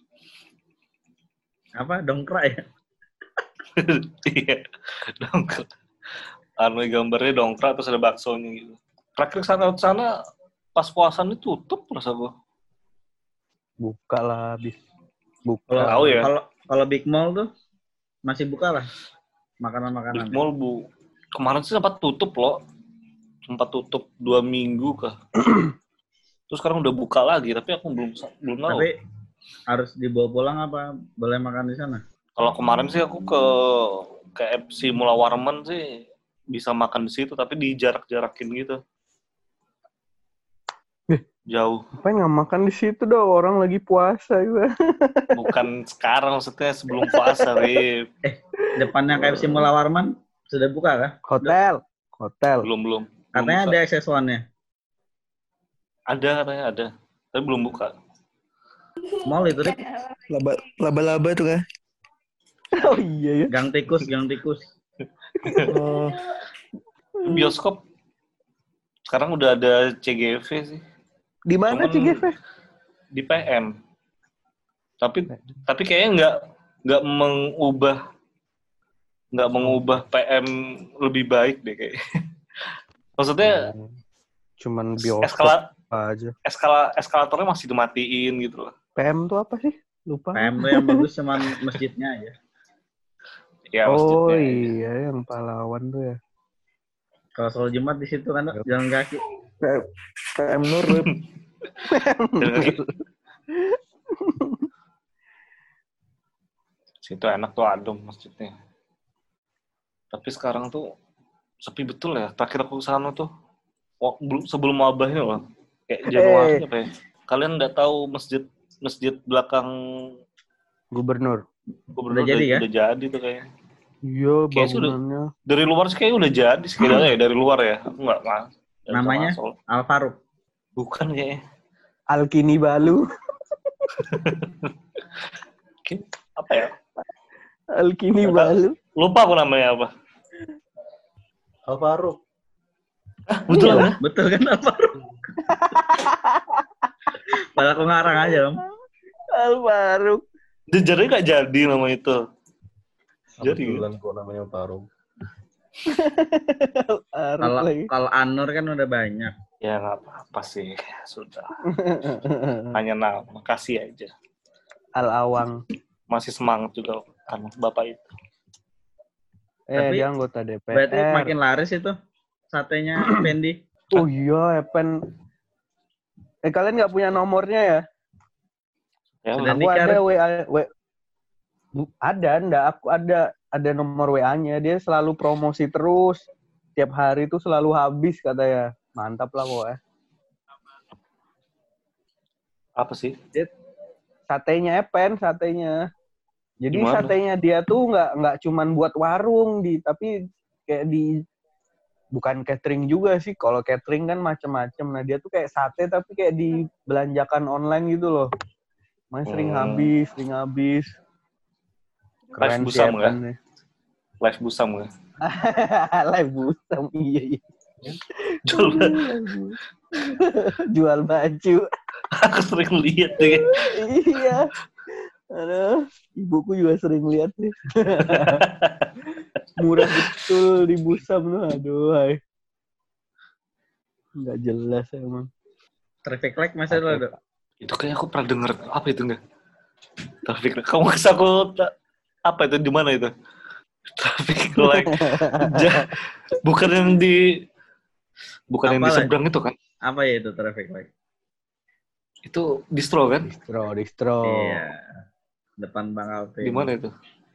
Apa? Dongkrak ya? Iya, dongkrak. Gambarnya dongkrak terus ada baksonya gitu. Terakhir sana pas puasan itu tutup rasa gua. Buka lah habis. Buka. Nggak tahu ya. Kalau Big Mall tuh masih buka lah makanan-makanan. Big Mall kemarin sih sempat tutup loh. Sempat tutup 2 minggu kah. Terus sekarang udah buka lagi, tapi aku belum tahu. Tapi harus dibawa pulang apa boleh makan di sana? Kalau kemarin sih aku ke KFC Mula Warman sih bisa makan di situ, tapi dijarak-jarakin gitu. Jauh. Ngapain nggak makan di situ dong? Orang lagi puasa juga. Bukan sekarang, maksudnya sebelum puasa, Rip. Depannya KFC Mula Warman sudah buka kah? Hotel. Belum. Katanya buka. ada access-one-nya. Ada katanya ada. Tapi belum buka. Mall itu, Rik. Laba-laba tuh kan. Oh iya ya. Gang tikus. Oh, Bioskop sekarang udah ada CGV sih. Di mana Cuman CGV? Di PM. Tapi kayaknya nggak mengubah PM lebih baik deh kayak. Maksudnya Cuman bioskop aja. eskalatornya masih dimatiin gitu loh. PM tuh apa sih? Lupa. PM tuh yang bagus cuma masjidnya aja. Ya, Oh masjidnya. iya, yang pahlawan tuh ya. Kalau sholat Jumat di situ kan, Dok, jalan kaki. PM Nur. Jalan kaki. Situ enak tuh adem masjidnya. Tapi sekarang tuh sepi betul ya. Terakhir aku kesana tuh sebelum wabahnya loh. Kayak Januari apa ya. Kalian nggak tahu masjid belakang Gubernur. Udah jadi ya? Udah jadi tuh kayaknya. Iya, Kayak sudah. bangunannya. Dari luar sih kayaknya udah jadi sekiranya ya, dari luar ya. Aku nggak Namanya? masuk. Al-Faruq. Bukan kayaknya. Alkini Balu. Apa ya? Alkini Nggak tahu. Balu. Lupa aku namanya apa. Al-Faruq. Betul Iya. lah. Betul kan Al-Faruq? Padahal aku ngarang aja, Om. Al-Faruq. Jadi nggak jadi nama itu. Jadi. Kebetulan kok namanya Al-Faruq. Al-Faruq lagi. Kalau Anur kan udah banyak. Ya nggak apa-apa sih. Sudah. Hanya nama. Makasih aja. Al-Awang. Masih semangat juga kan Bapak itu. Tapi Dia anggota DPR. berarti makin laris itu satenya Fendi. Oh iya, Epen. Kalian nggak punya nomornya ya? Ya, Sudah Aku nikah. ada ada, enggak, aku ada nomor WA-nya. Dia selalu promosi terus. Tiap hari tuh selalu habis katanya. Mantap lah pokoknya. apa sih? Satenya Epen, satenya. Jadi Gimana? satenya dia tuh nggak cuman buat warung tapi kayak bukan catering juga sih. Kalau catering kan macem-macem. Nah dia tuh kayak sate tapi kayak dibelanjakan online gitu loh. Makanya sering habis. Live Keren sih busam nggak? Epen nih. Live busam nggak? Live busam, iya. Jual baju. Aku sering lihat deh. Iya. Aduh, ibuku juga sering lihat nih. Murah betul di busam tuh. Aduh, hai. Nggak jelas emang. Traffic light masih ada, Dok. Itu kayak aku pernah denger. Apa itu nggak? Traffic light. Kamu kasih aku apa itu di mana itu? Traffic light. Bukan yang di seberang itu kan? Apa ya itu traffic light? Itu distro kan? Distro. Iya. Depan Bang Alvin. Di mana itu?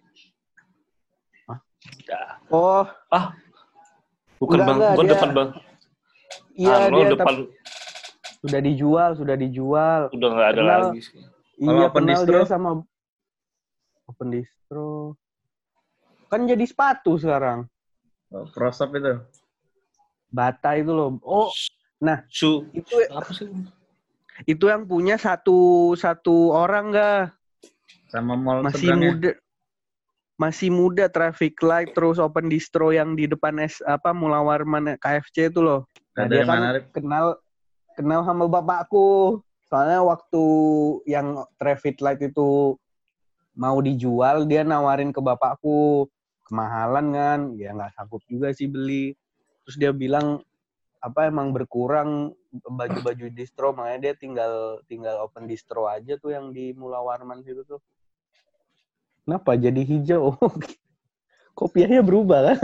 Oh, Bukan Enggak, Bang, enggak, bukan dia- depan Bang. iya Arnold dia depan sudah dijual. udah nggak ada Kenal. lagi sih. Kalau Iya, Open kenal Distro? dia sama Open Distro. Kan jadi sepatu sekarang. Oh, Prosop itu. Bata itu loh. Oh, Shoe itu apa sih? itu yang punya satu orang nggak? Sama mall Masih seberangnya. muda Traffic Light terus Open Distro yang di depan Mula Warman KFC itu loh. Nah, Dari dia kan mana, Rip? kenal sama bapakku. Soalnya waktu yang Traffic Light itu mau dijual, dia nawarin ke bapakku. Kemahalan kan, ya nggak sanggup juga sih beli. Terus dia bilang emang berkurang baju-baju distro, makanya dia tinggal Open Distro aja tuh yang di Mula Warman situ tuh. Kenapa jadi hijau? Kopiahnya berubah kan?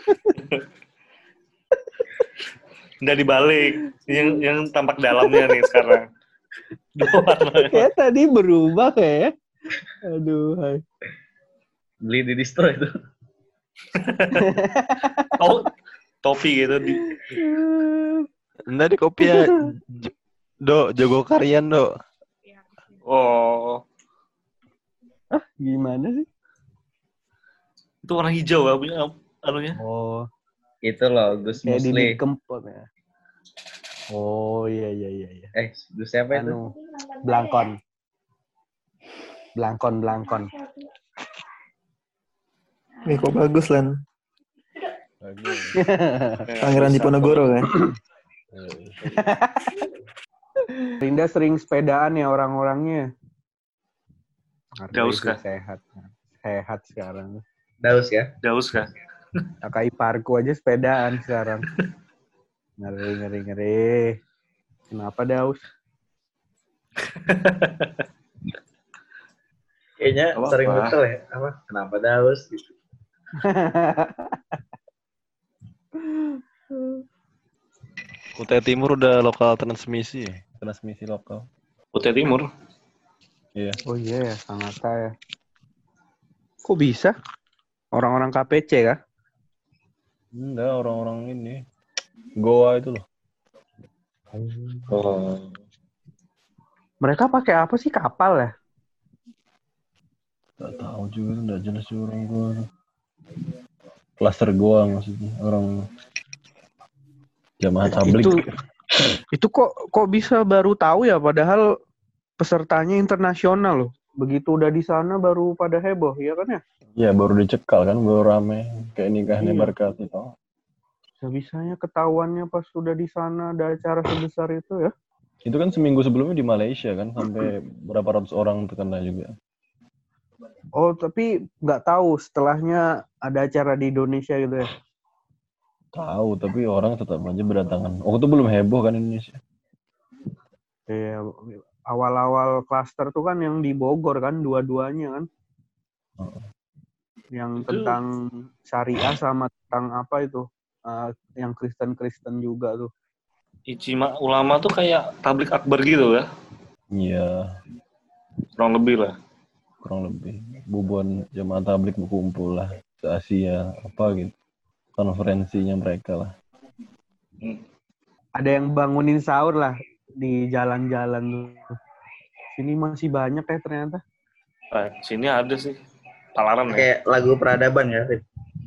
Nggak dibalik. Yang tampak dalamnya nih sekarang. Dua warna. Kayak tadi berubah kayak. Aduh, hai. Beli di distro itu. Topi gitu di Enggak di kopi ya. Jogo Karyan, Dok. oh Gimana sih? itu warna hijau ya punya anunya. Oh, Itu loh, Gus kayak Musli. di kempot ya. Oh, iya. Gus siapa itu? Blangkon. Nih kok bagus, Len. Bagus. Pangeran Diponegoro kan? Rinda sering sepedaan ya orang-orangnya. Daus kah? Sehat sekarang. Daus ya? Daus kan? Kakak iparku aja sepedaan sekarang. Ngeri. Kenapa Daus? Kayaknya Apa-apa. sering betul ya. Apa? Kenapa Daus? Gitu. Kutai Timur udah lokal transmisi. Transmisi lokal. Kutai Timur. Iya. Oh iya ya, Sangatta ya. Kok bisa? Orang-orang KPC kah? Enggak, orang-orang ini. Goa itu loh. Oh. Mereka pakai apa sih, kapal ya? Gak tahu juga, enggak jelas juga orang Goa. Klaster Goa maksudnya, orang jamaah tablik. Itu kok bisa baru tahu ya, padahal pesertanya internasional loh. Begitu udah di sana baru pada heboh, ya kan ya? Iya, baru dicekal kan, baru rame. Kayak nikahnya Iya. Barkat itu. Bisa-bisanya ketahuannya pas sudah di sana ada acara sebesar itu ya. Itu kan seminggu sebelumnya di Malaysia kan, sampai berapa ratus orang terkena juga. Oh, tapi nggak tahu setelahnya ada acara di Indonesia gitu ya. Tahu, tapi orang tetap aja berdatangan. Waktu itu belum heboh kan Indonesia. Iya, awal-awal klaster tuh kan yang di Bogor kan, dua-duanya kan. Yang tentang syariah sama tentang apa itu? Yang Kristen juga tuh. Ijma ulama tuh kayak tablik akbar gitu ya. Iya, Kurang lebih lah. kurang lebih. Bubuan jamaah tablik berkumpul lah. Se-Asia, apa gitu. Konferensinya mereka lah. Ada yang bangunin sahur lah di jalan-jalan tuh. Sini masih banyak ya ternyata. Nah, sini ada sih. Palaran ya. Kayak lagu peradaban ya, Rip?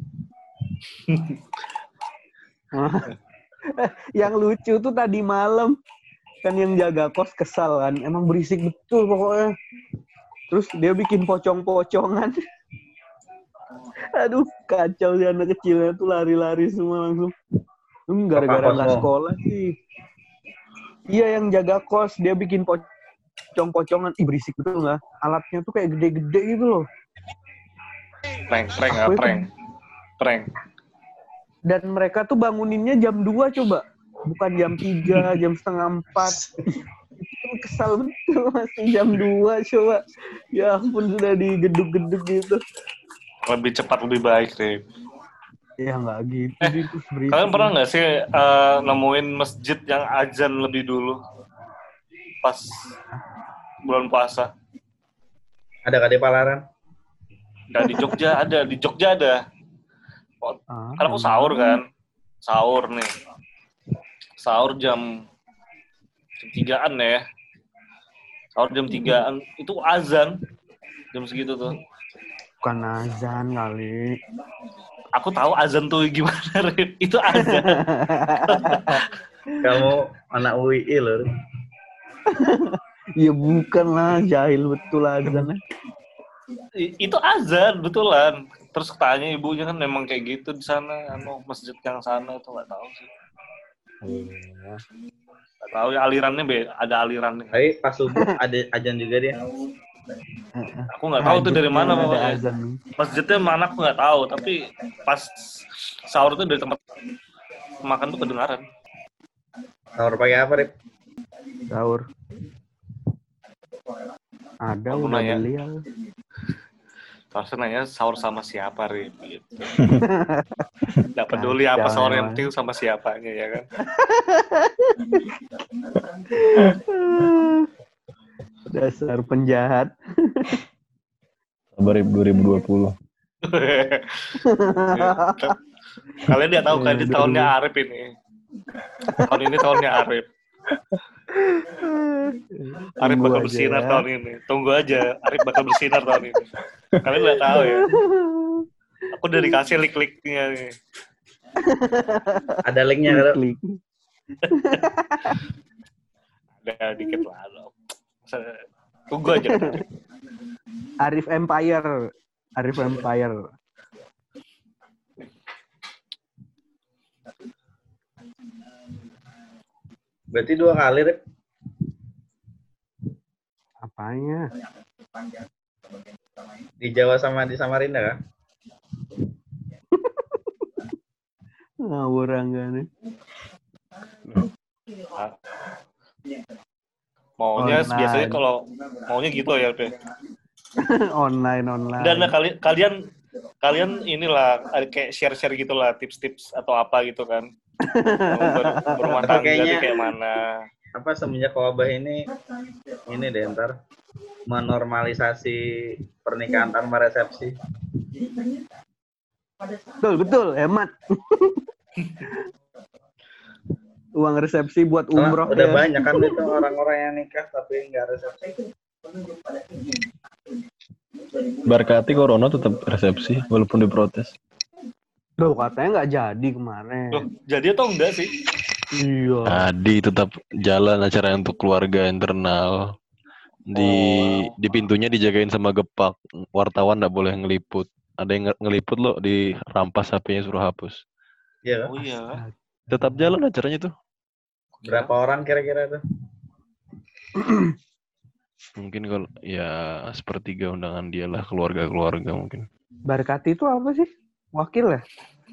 Yang lucu tuh tadi malam kan yang jaga kos kesal kan, emang berisik betul pokoknya. Terus dia bikin pocong-pocongan. Aduh, kacau sih anak kecilnya tuh lari-lari semua langsung. Gara-gara nggak sekolah sih. Iya, yang jaga kos dia bikin pocong-pocongan. Ih, berisik betul nggak? Alatnya tuh kayak gede-gede gitu loh. Prank. Dan mereka tuh banguninnya jam 2 coba. Bukan jam 3, jam setengah 4. Itu kesal betul masih jam 2 coba. Ya ampun, sudah digeduk-geduk gitu. Lebih cepat lebih baik deh. Ya nggak gitu. Itu berisik. Kalian pernah nggak sih nemuin masjid yang azan lebih dulu pas bulan puasa? Ada kade Palaran? Nggak di Jogja ada. Karena aku sahur kan. Sahur nih. Sahur jam 3-an ya. Sahur jam 3-an. Itu azan. Jam segitu tuh. Bukan azan kali. Aku tahu azan tuh gimana, Rip. Itu azan. Kamu anak UI loh. Ya bukan lah. Jahil betul azannya. Itu azan, betulan. Terus tanya ibunya kan memang kayak gitu di sana, masjid yang sana itu nggak tahu sih. Nggak tahu ya alirannya ada alirannya. Tapi pas subuh ada azan juga dia. Aku nggak tahu tuh dari mana pokoknya. Azan. Masjidnya mana aku nggak tahu, tapi pas sahur itu dari tempat makan tuh kedengaran. Sahur pakai apa, Rip? Sahur. Ada Aku udah nanya. beli. Harusnya nanya sahur sama siapa, Rip, gitu. Nggak peduli apa sahur, yang penting sama siapanya, ya kan? Dasar penjahat. Sabar, Rip, 2020. Kalian nggak tahu kan, ini tahunnya Arif ini. Tahun ini tahunnya Arif. Arif bakal bersinar tahun ini. Tunggu aja, Arif bakal bersinar tahun ini. Kalian nggak tahu ya. Aku udah dikasih link-linknya nih. Ada linknya kan? Ada dikit lah. Tunggu aja. Arif Empire. Berarti 2 kali, Rip. Apanya? Di Jawa sama di Samarinda kan? Ngawur nih. Maunya Online. biasanya kalau maunya gitu ya, Pe. online. Dan kalian inilah kayak share-share gitulah tips-tips atau apa gitu kan. Berumah tangga Kayaknya- kayak mana. Apa semenjak wabah ini deh ntar menormalisasi pernikahan tanpa resepsi. Betul, hemat. Uang resepsi buat umroh Udah ya. banyak kan itu orang-orang yang nikah tapi nggak resepsi. Berkati corona tetap resepsi walaupun diprotes. Loh, katanya nggak jadi kemarin. Loh, jadi atau enggak sih? Iya. Tadi tetap jalan acara untuk keluarga internal. Di pintunya dijagain sama gepak. Wartawan nggak boleh ngeliput. Ada yang ngeliput loh, dirampas HP-nya suruh hapus. Iya kan? Oh iya. Tetap jalan acaranya tuh. Berapa orang kira-kira tuh? Mungkin kalau ya sepertiga undangan dia lah, keluarga-keluarga mungkin. Barkati itu apa sih? Wakil ya?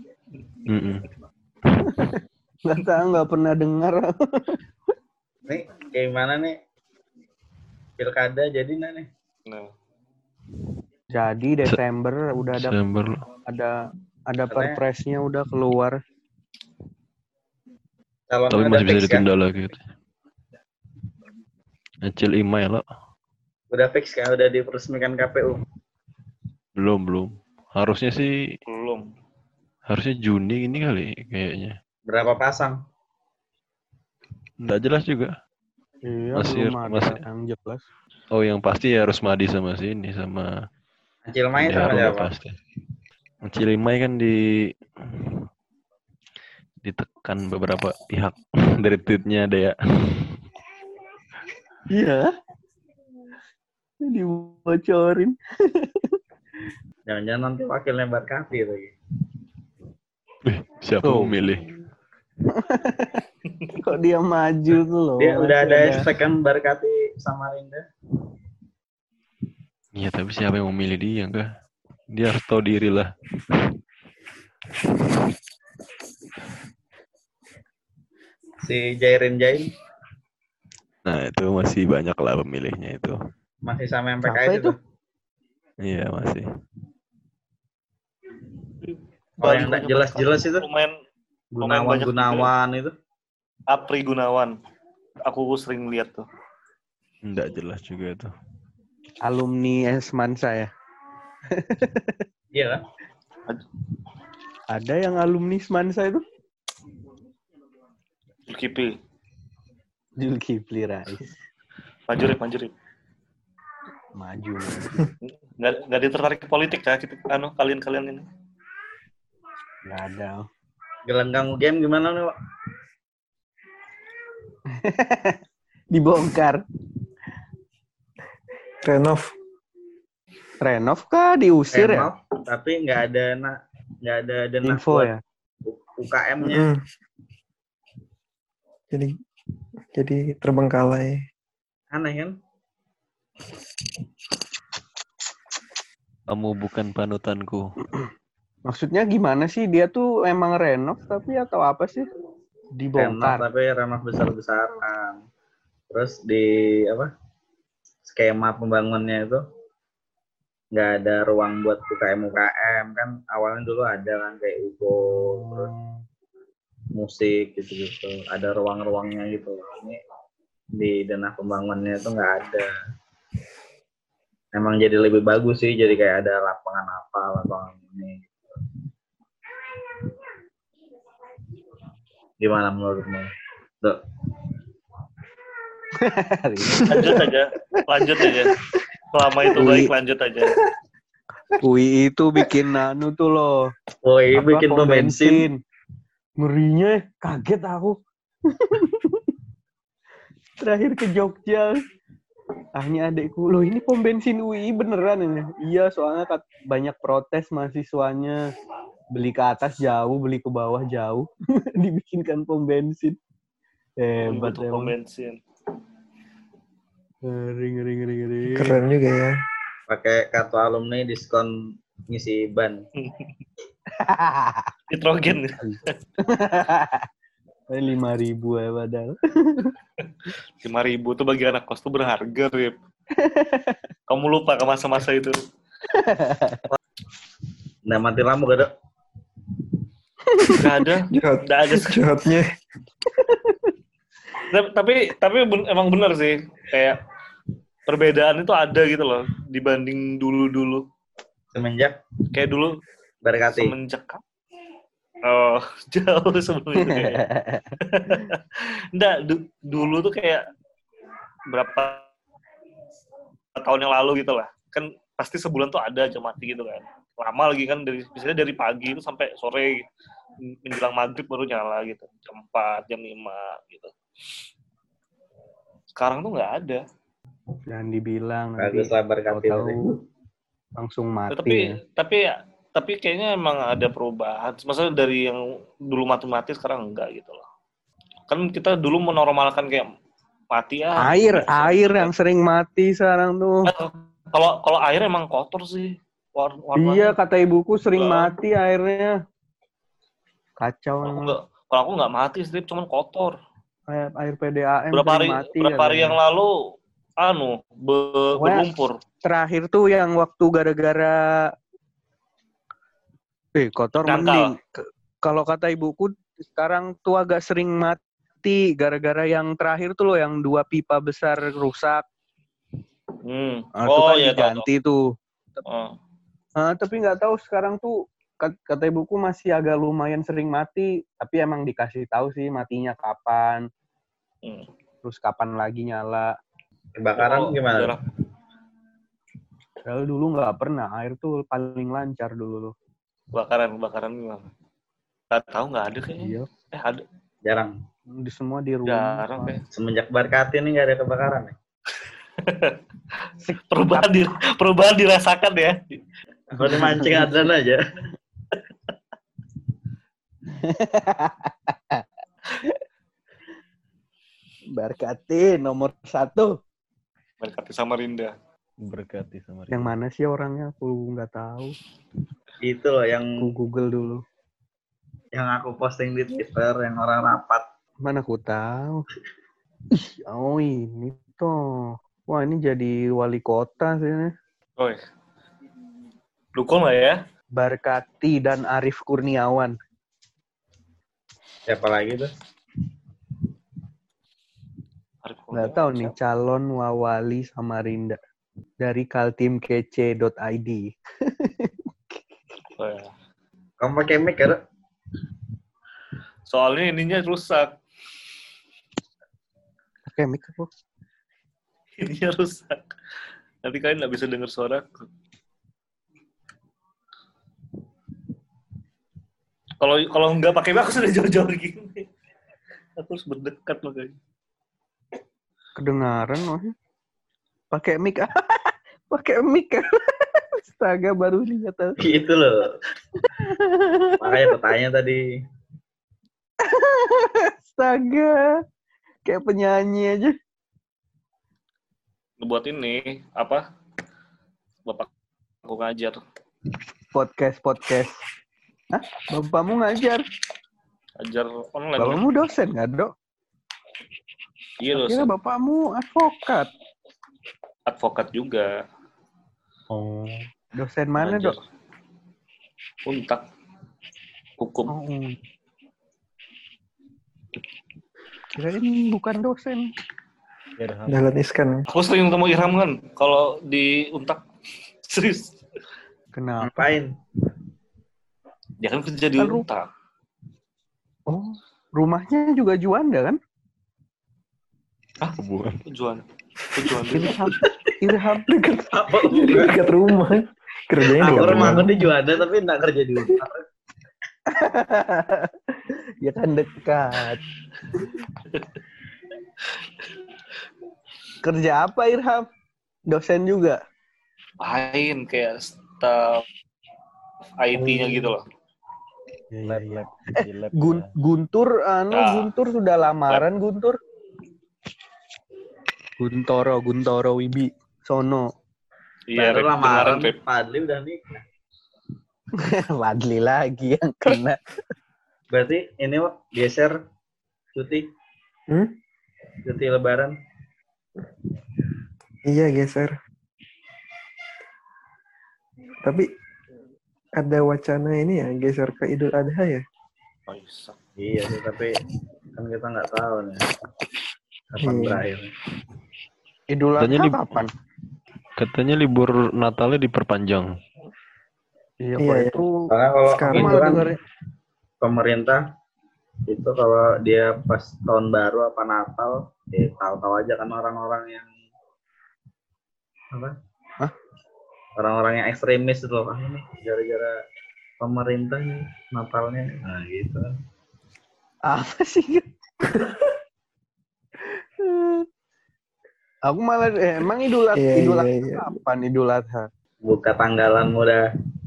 Nggak tahu, nggak pernah dengar. Nih, kayak gimana nih? Pilkada jadi nih? Nah, Jadi Desember udah ada Desember. ada perpresnya udah keluar. Calonnya Tapi udah masih bisa fix kan? ditunda lagi. Acil Imai lo. Udah fix kan? Udah diresmikan KPU. Belum. Harusnya sih, Belum. harusnya Juni ini kali kayaknya. Berapa pasang? Nggak jelas juga. Iya, Masih- belum ada masih- yang jelas. Oh, yang pasti ya harus Madi sama sini sama Acil main Andi sama Harum siapa? pasti. Acil Imai kan ditekan beberapa pihak dari tweetnya ada ya. Iya. Dibocorin. Jangan-jangan nanti wakilnya Barkati lagi. Siapa Tuh. mau milih? Kok dia maju tuh loh. Dia udah masih ada spek kan Barkati Samarinda. Iya, tapi siapa yang mau milih dia enggak? Dia harus tahu diri lah. Si Jairin Jain Nah, itu masih banyak lah pemilihnya itu. masih sama Siapa MPKS itu? itu. Iya, masih. Oh, yang nggak jelas-jelas itu. Lumayan Gunawan banyak Gunawan itu. Apri Gunawan. Aku sering lihat tuh. Enggak jelas juga itu. Alumni Esman saya. Iya kan? Ada yang alumni Semansa itu? Zulkifli. Zulkifli Rais. Manjurip. Maju. Nggak ditertarik ke politik ya kalian ini. Nggak ada. Gelanggang game gimana nih, Pak? Dibongkar. Renov kah diusir ya? Renov, tapi nggak ada dana Info buat ya. UKM-nya. Jadi terbengkalai. Aneh kan? Kamu bukan panutanku. Maksudnya gimana sih? Dia tuh emang renov tapi atau apa sih? Renov Dibongkar. tapi renov besar-besaran. Terus di skema pembangunnya itu nggak ada ruang buat UKM kan awalnya dulu ada kan kayak UGO terus musik gitu ada ruang-ruangnya gitu. Ini di dana pembangunnya itu nggak ada. Emang jadi lebih bagus sih, jadi kayak ada lapangan ini. Gimana menurutmu? Dok. Lanjut aja. Selama itu baik, lanjut aja. UI itu bikin tuh loh. Woi, Apa, bikin pom bensin. Ngerinya kaget aku. Terakhir ke Jogja. Tanya adekku, loh ini pom bensin UI beneran ini? Iya, soalnya banyak protes mahasiswanya. Beli ke atas jauh, beli ke bawah jauh. Dibikinkan pom bensin. Hebat Butuh pom emang. bensin. Ngeri. Keren juga ya. Pakai kartu alumni diskon ngisi ban. Nitrogen. 5.000 ya padahal. 5.000 tuh bagi anak kos tuh berharga, Rip. Kamu lupa ke masa-masa itu. Nggak mati lampu gak, Dok? Nggak ada. Nggak ada. Jahatnya. Tapi emang benar sih. Kayak perbedaan itu ada gitu loh. Dibanding dulu-dulu. Semenjak Kayak dulu. Barkati. Semenjak oh, jauh sebelum itu kayaknya. Nggak, dulu tuh kayak berapa tahun yang lalu gitu lah. Kan pasti sebulan tuh ada aja mati gitu kan. Lama lagi kan, misalnya dari pagi itu sampai sore, menjelang maghrib baru nyala gitu. Jam 4, jam 5 gitu. Sekarang tuh nggak ada. Jangan dibilang nanti Bagus lah Barkati. tahu langsung mati. Tapi kayaknya emang ada perubahan. Maksudnya dari yang dulu mati-mati sekarang enggak gitu loh. Kan kita dulu menormalkan kayak mati ya. Air yang sering mati sekarang tuh. Kalau air emang kotor sih. Iya, kata ibuku sering Enggak. mati airnya. Kacau. Kalau aku nggak mati, strip cuman kotor. Air PDAM Berapa sering mati. hari yang lalu berlumpur. Terakhir tuh yang waktu gara-gara kotor Dangkal. mending. Kalau kata ibuku sekarang tuh agak sering mati gara-gara yang terakhir tuh loh yang 2 pipa besar rusak. Itu kan iya, diganti tuh. Oh. Tapi nggak tahu sekarang tuh kata ibuku masih agak lumayan sering mati, tapi emang dikasih tahu sih matinya kapan. Terus kapan lagi nyala. Kebakaran gimana? Kalau dulu nggak pernah, air tuh paling lancar dulu loh. Kebakaran gimana? Nggak tahu, nggak ada kayaknya. Iya. Ada. Jarang. Di semua di rumah. Jarang kayak. Semenjak Barkati ini nggak ada kebakaran ya? Perubahan dirasakan ya. Kalau dimancing Adlan aja. Barkati nomor 1. Barkati Samarinda. Yang mana sih orangnya? Aku nggak tahu. Itu loh yang Aku Google dulu. Yang aku posting di Twitter yang orang rapat. Mana aku tahu. Oh ini toh. Wah ini jadi wali kota sih. Oh, dukung lah ya. Barkati dan Arif Kurniawan. Siapa lagi tuh? Nggak tahu nih calon wawali Samarinda dari kaltimkece.id. Oh, ya. Kamu pakai mic ya? Soalnya ininya rusak. Pakai mic aku. Ininya rusak. Nanti kalian nggak bisa dengar suaraku. Kalau nggak pakai mic aku sudah jauh-jauh gini. Aku harus berdekat makanya. Kedengaran loh. Pakai mic. Pakai mic. Astaga baru lihat. Gitu loh. Makanya bertanya tadi. Astaga. Kayak penyanyi aja. Buat ini apa? Bapak aku ngajar. Podcast. Hah? Bapakmu ngajar? Ajar online. Bapakmu dosen nggak, Dok? Iya dosen. Kira bapakmu advokat. Advokat juga. Oh. Dosen mana, Ngajar. Dok? Untak. Hukum. Oh. Kirain bukan dosen. Dahlan Iskan. Aku sering ketemu Irham kan kalau di Untak. Serius. Kenapa? Ngapain? Dia kan kerja di Untak. Oh, rumahnya juga Juanda kan? Bukan. Tujuan. Irham Dekat dekat rumah. Kerjanya Aku dekat rumah rumah. aku di Juanda tapi nggak kerja di Untak. Ya kan dekat. Kerja apa Irham? Dosen juga? Lain kayak staff IT-nya gitu loh. Iya. Guntur, Guntur sudah lamaran Guntur. Guntoro Wibi Sono. Iya, Baru lamaran, Rip. Padli udah nikah. Wadli lagi yang kena. Berarti ini geser cuti. Cuti lebaran. Iya geser. Tapi ada wacana ini ya geser ke Idul Adha ya? Oh, bisa. Iya sih, tapi kan kita nggak tahu nih kapan berakhir. Idul Adha kapan? Katanya libur Natalnya diperpanjang. Iya, Iya. itu Karena kalau Sekarang itu malah kan dengerin. pemerintah itu kalau dia pas tahun baru apa Natal, tahu-tahu aja kan orang-orang yang apa? Hah? Orang-orang yang ekstremis itu loh, ini gara-gara pemerintah nih Natalnya, nah gitu. Apa sih? Aku malah emang Idul Adha, Iya, Idul Adha iya. kapan Idul Adha? Buka tanggalan mudah.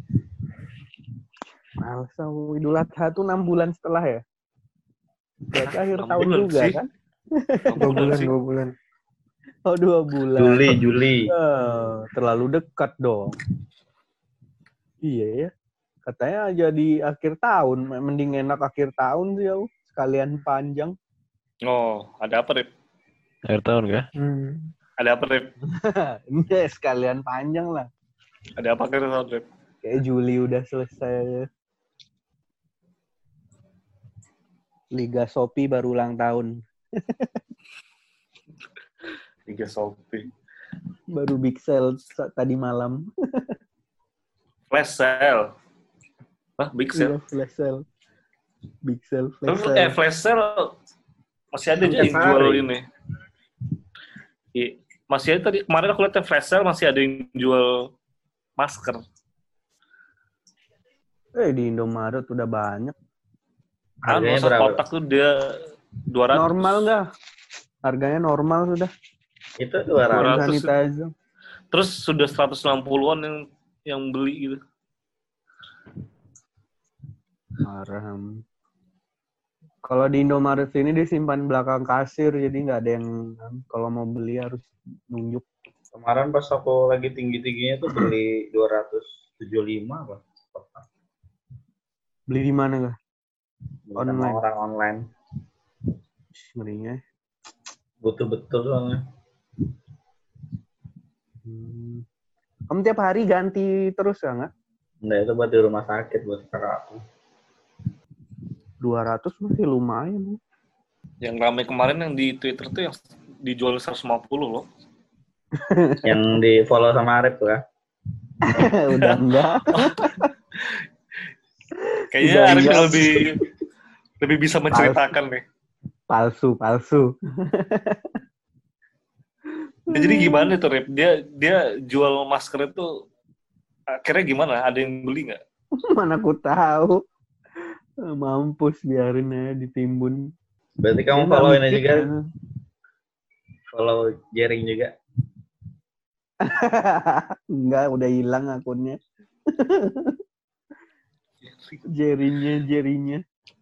Males aku Idul Adha tuh 6 bulan setelah ya? Berarti akhir 6 tahun bulan juga sih. kan? 2 bulan. Oh 2 bulan. Juli. Terlalu dekat dong. Iya ya. Katanya jadi akhir tahun. Mending enak akhir tahun sih aku. Sekalian panjang. Oh, ada apa, Rip? Akhir tahun kah? Ada apa, Rip? Enggak, sekalian panjang lah. Ada apa, Rip? Kayak Juli udah selesai. Liga Shopee baru ulang tahun. Liga Shopee. Baru big sale tadi malam. Flash sale. Hah, big Iya, sale? flash sale. Big sale, flash Terus sale. flash sale masih ada aja yang Tiap jual hari. ini. Masih ada tadi, kemarin aku lihat flash sale masih ada yang jual masker. Di Indomaret udah banyak. Harganya Satu berapa? kotak tuh dia 200. Normal nggak? Harganya normal sudah. Itu 200. Hand 200. sanitizer. Terus sudah 160-an yang beli gitu. Marah. Kalau di Indomaret sini disimpan belakang kasir, jadi nggak ada yang kalau mau beli harus nunjuk. Kemarin pas aku lagi tinggi-tingginya tuh beli 275 apa? Beli di mana nggak? Sama Online. orang online. Ngerinya. Butuh betul soalnya. Kamu tiap hari ganti terus ya nggak? Enggak, itu buat di rumah sakit buat kakak aku. 200 masih lumayan. Yang ramai kemarin yang di Twitter tuh yang dijual 150 loh. Yang di follow sama Arif tuh ya. Udah enggak. Kayaknya Udah Arif enggak. lebih bisa menceritakan nih. Palsu. Nah, jadi gimana tuh, Rip? Dia jual masker itu akhirnya gimana? Ada yang beli nggak? Mana aku tahu. Mampus, biarin aja ditimbun. Berarti kamu Dia follow nggak ini mikir, juga, kan? follow Jering juga. Enggak, udah hilang akunnya. Jerinya.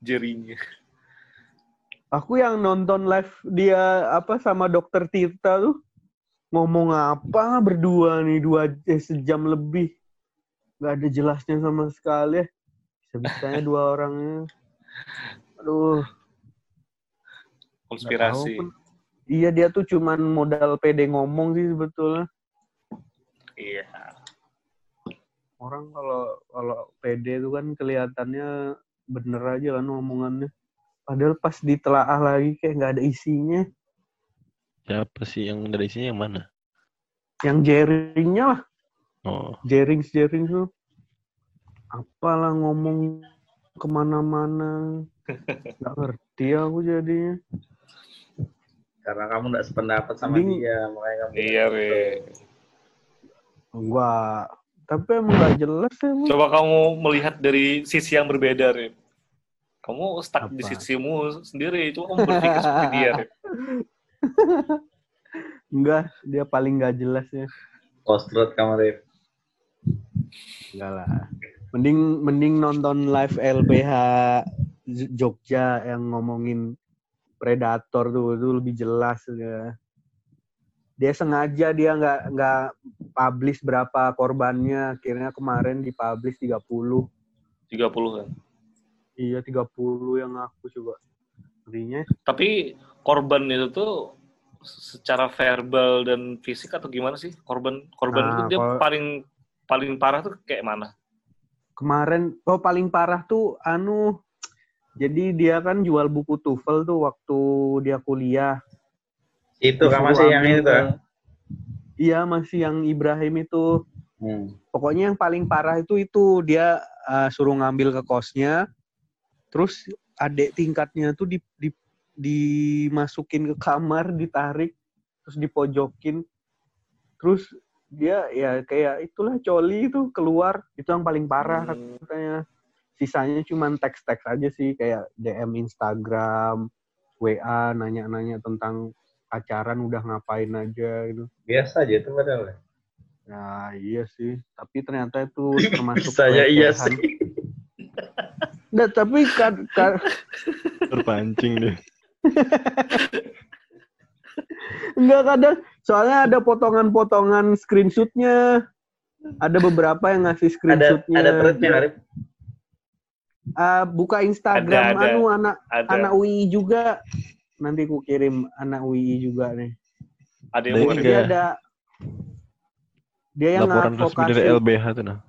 Aku yang nonton live dia sama Dokter Tirta tuh ngomong apa berdua nih sejam lebih. Nggak ada jelasnya sama sekali. Bisa-bisanya dua orangnya. Aduh. Konspirasi. Iya, dia tuh cuman modal pede ngomong sih sebetulnya. Iya. Orang kalau pede itu kan kelihatannya bener aja kan omongannya. Padahal pas ditelaah lagi kayak nggak ada isinya. Siapa sih yang dari sini yang mana? Yang jaringnya lah. Oh. Jaring tuh. Apalah ngomong kemana-mana. Nggak ngerti aku jadinya. Karena kamu nggak sependapat sama dia, makanya kamu. Iya, Rip. Enggak. Tapi emang nggak jelas ya. Coba kamu melihat dari sisi yang berbeda, Rip. Kamu stuck di Apa? sisimu sendiri. Coba kamu berpikir seperti dia, Rip. Enggak, dia paling nggak jelas ya. Postrut kamu, Rip. Enggak lah. Mending nonton live LBH Jogja yang ngomongin Predator tuh, itu lebih jelas ya. Dia sengaja dia nggak publish berapa korbannya, akhirnya kemarin dipublish 30. 30 kan. Iya, 30 yang aku coba. Intinya Tapi korban itu tuh secara verbal dan fisik atau gimana sih? Korban itu dia paling parah tuh kayak mana? kemarin paling parah tuh jadi dia kan jual buku TOEFL tuh waktu dia kuliah. Itu kan masih yang itu kan? Iya, masih yang Ibrahim itu. Pokoknya yang paling parah itu dia suruh ngambil ke kosnya, terus adik tingkatnya tuh dimasukin ke kamar, ditarik, terus dipojokin, terus dia ya kayak itulah coli itu keluar, itu yang paling parah katanya. Sisanya cuman teks-teks aja sih, kayak DM Instagram, WA, nanya-nanya tentang pacaran udah ngapain aja gitu. Biasa aja itu padahal. Ya iya sih, tapi ternyata itu termasuk Saya iya pelecehan. sih. Nah, tapi Terpancing deh. enggak, kadang soalnya ada potongan-potongan screenshotnya. Ada beberapa yang ngasih screenshotnya. Ada threadnya, Arif. Buka Instagram Ada. anak UI juga. Nanti ku kirim anak UI juga nih. Ada yang Ada mau ini Dia Iya. ada dia yang laporan resmi dari ngadvokasi. LBH tuh nah.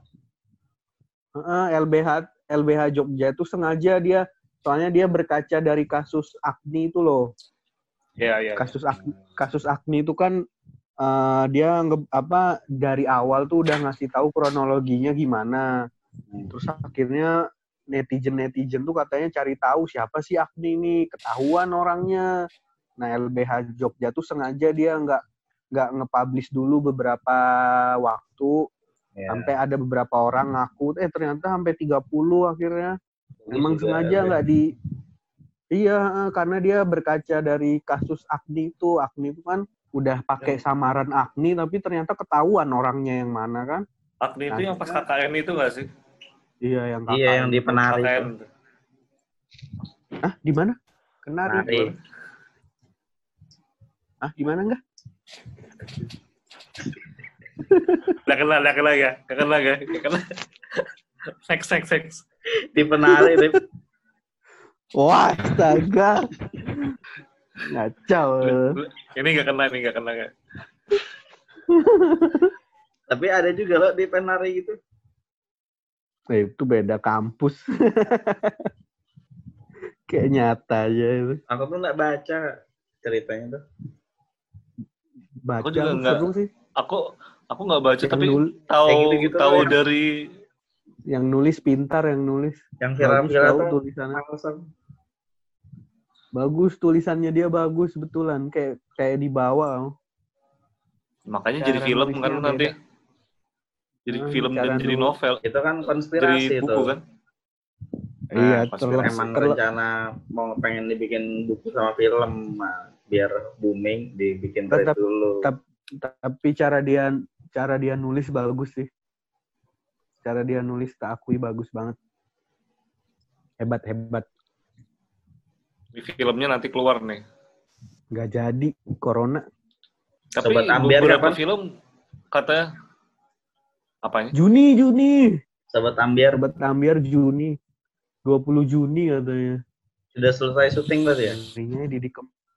LBH Jogja itu sengaja dia, soalnya dia berkaca dari kasus Agni itu loh. Iya. Kasus Agni itu kan dia dari awal tuh udah ngasih tahu kronologinya gimana. Terus akhirnya netizen tuh katanya cari tahu siapa sih Agni ini, ketahuan orangnya. Nah, LBH Jogja tuh sengaja dia nggak nge-publish dulu beberapa waktu. Ya. Sampai ada beberapa orang ngaku, ternyata sampai 30 akhirnya. Emang Juga, sengaja nggak di... Iya, karena dia berkaca dari kasus Agni itu. Agni itu kan udah pakai samaran Agni, tapi ternyata ketahuan orangnya yang mana kan. Agni itu yang pas KKN itu nggak sih? Iya, yang KKN. Iya, yang di Penari KKN. itu. Di mana? Kenari. Penari. Di mana enggak? Nggak kena ya. Seks. Di Penari, Rip. Wah, astaga. Ngacau. Ini nggak kena ya. Tapi ada juga loh di Penari gitu. Itu beda kampus. Kayak nyata aja itu. Aku tuh nggak baca ceritanya tuh. Baca Aku juga nggak. seru sih. Aku nggak baca Yang tapi kayak gitu-gitu tahu loh, dari Yang nulis pintar, yang nulis. Yang Bagus viral-viral tahu tuh. tulisannya. Alasan. Bagus tulisannya dia bagus betulan, kayak dibawa. makanya Cara jadi film nulisnya kan beda. nanti. Jadi film cara dan jadi nulis. novel. Itu kan Dari konspirasi buku tuh. kan. Iya, konspirasi. Emang rencana mau pengen dibikin buku sama film, biar booming dibikin Tetap- dulu. Tapi cara dia nulis bagus sih. Cara dia nulis tak akui bagus banget. Hebat. Di filmnya nanti keluar nih. Nggak jadi, corona. Tapi Sobat Ambiar beberapa kapan? film katanya apanya? Juni. Sobat Ambiar Sobat Ambiar Juni. 20 Juni katanya. sudah selesai syuting berarti ya? Ini di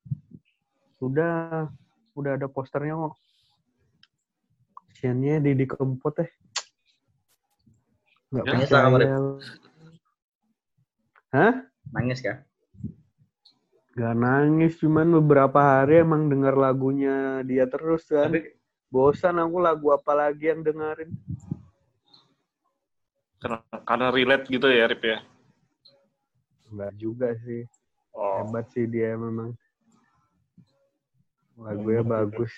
Udah ada posternya kok. Kasiannya Didi Kempot Nggak Ya, nangis lah kamu, Rip. percaya. Hah? Nangis kah? Gak nangis, cuman beberapa hari emang denger lagunya dia terus kan. Tapi Bosan aku lagu apa lagi yang dengerin. Karena relate gitu ya, Rip ya. Enggak juga sih. Oh. Hebat sih dia memang. Lagunya bagus.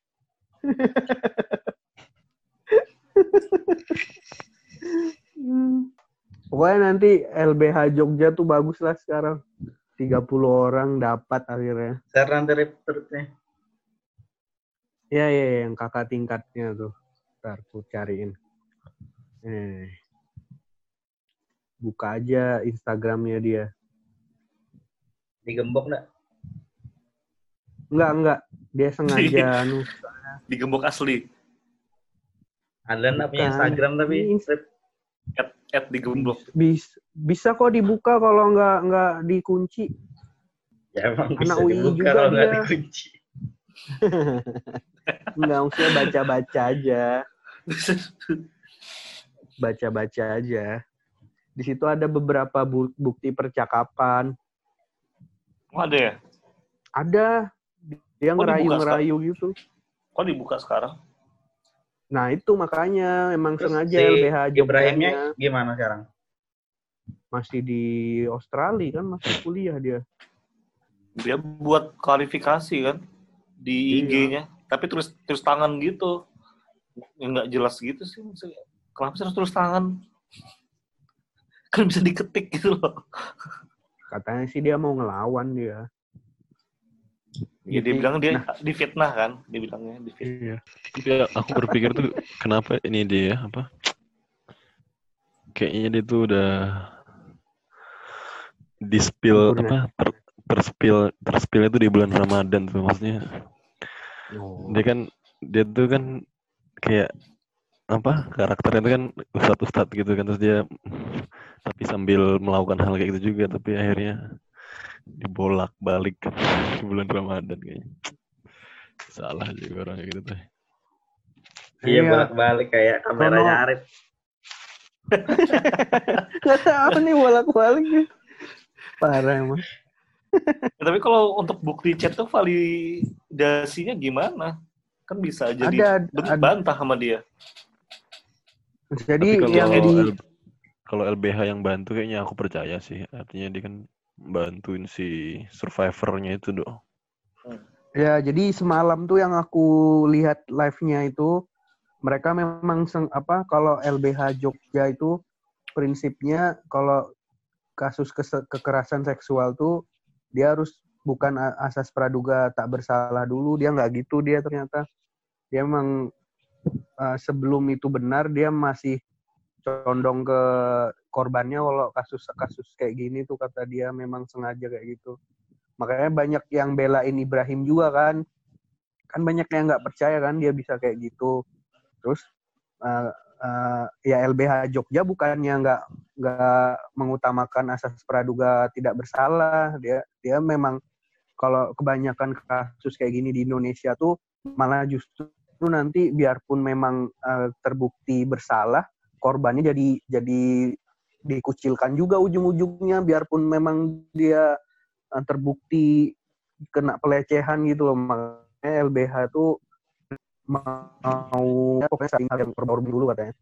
Pokoknya nanti LBH Jogja tuh bagus lah sekarang. 30 orang dapat akhirnya. share nanti Rip turutnya. Iya, yang kakak tingkatnya tuh. Ntar aku cariin. Buka aja Instagramnya dia. Digembok nggak? Enggak. Dia sengaja Digembok asli. Ada nggak punya Bukan. Instagram tapi Rip? At digembok. bisa kok dibuka kalau nggak dikunci. Ya emang Anak bisa UI dibuka juga kalau nggak dia. dikunci. Enggak, maksudnya baca-baca aja. Baca-baca aja. Di situ ada beberapa bukti percakapan. Oh, ada ya? Ada. Dia Kok dibuka ngerayu-ngerayu gitu. Kok dibuka sekarang? Nah itu makanya emang Terus sengaja si LBH Ibrahimnya Jogjanya. gimana sekarang? Masih di Australia kan, masih kuliah dia. Dia buat klarifikasi kan di Iya. IG-nya, tapi terus tangan gitu. Nggak jelas gitu sih maksudnya. Kenapa sih harus terus tangan? Kan bisa diketik gitu loh. Katanya sih dia mau ngelawan dia. Ya dia bilang dia difitnah kan, dia bilangnya difitnah. Iya. Ya, aku berpikir tuh kenapa ini dia apa? Kayaknya dia tuh udah di-spill Sempurna. apa? Terspill itu di bulan Ramadan tuh maksudnya. Oh. Dia tuh kan kayak apa? Karakternya itu kan ustadz gitu kan, terus dia tapi sambil melakukan hal kayak gitu juga, tapi akhirnya dibolak-balik di bulan Ramadan kayaknya. Salah juga orang kayak gitu tuh. Iya, Iya. bolak-balik kayak kameranya Sono. Arif. Nggak tahu nih bolak-balik. Parah emang. Ya, tapi kalau untuk bukti chat tuh validasinya gimana? Kan bisa jadi Ada. bantah sama dia. Jadi Tapi yang kalau LBH yang bantu kayaknya aku percaya sih. Artinya dia kan bantuin si survivornya itu dong. ya jadi semalam tuh yang aku lihat live-nya itu mereka memang kalau LBH Jogja itu prinsipnya kalau kasus kekerasan seksual tuh dia harus bukan asas praduga tak bersalah dulu, dia nggak gitu dia ternyata. Dia memang sebelum itu benar dia masih condong ke korbannya kalau kasus-kasus kayak gini tuh kata dia memang sengaja kayak gitu. Makanya banyak yang belain Ibrahim juga kan banyak yang nggak percaya kan dia bisa kayak gitu. Terus ya LBH Jogja bukannya nggak mengutamakan asas praduga tidak bersalah, dia memang kalau kebanyakan kasus kayak gini di Indonesia tuh malah justru nanti biarpun memang terbukti bersalah, korbannya jadi dikucilkan juga ujung-ujungnya biarpun memang dia terbukti kena pelecehan gitu loh. Makanya LBH tuh mau pokoknya saling yang korban dulu katanya.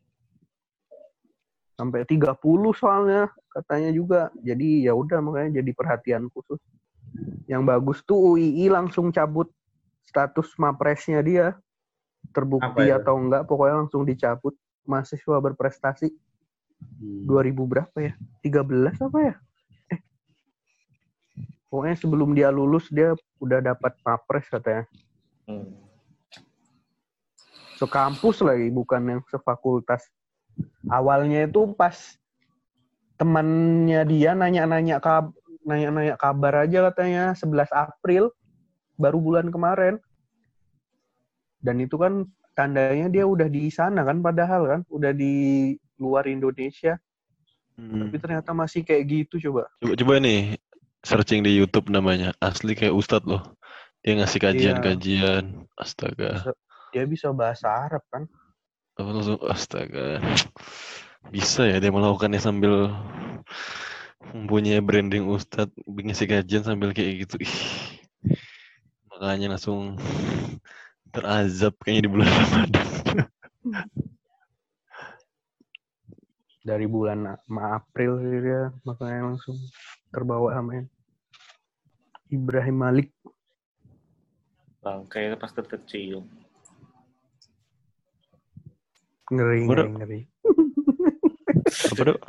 Sampai 30 soalnya katanya juga. Jadi ya udah makanya jadi perhatian khusus. Yang bagus tuh UII langsung cabut status mapresnya dia. Terbukti atau enggak pokoknya langsung dicabut. Mahasiswa berprestasi. 2000 berapa ya? 13 apa ya? Pokoknya sebelum dia lulus dia udah dapat mapres katanya. Sekampus lagi, bukan yang sefakultas. Awalnya itu pas temannya dia nanya-nanya kabar aja katanya 11 April, baru bulan kemarin. Dan itu kan tandanya dia udah di sana kan padahal kan, udah di luar Indonesia. Tapi ternyata masih kayak gitu coba. Coba nih searching di YouTube namanya. Asli kayak Ustadz loh. Dia ngasih kajian-kajian. Astaga. Dia bisa bahasa Arab kan? Langsung astaga. Bisa ya dia melakukannya sambil mempunyai branding Ustadz, ngisi kajian sambil kayak gitu. Makanya langsung terazab kayaknya di bulan Ramadan. Dari bulan April dia makanya langsung terbawa sama Ibrahim Malik. Bangkainya pas terkecil. Ngeri. Apa dok?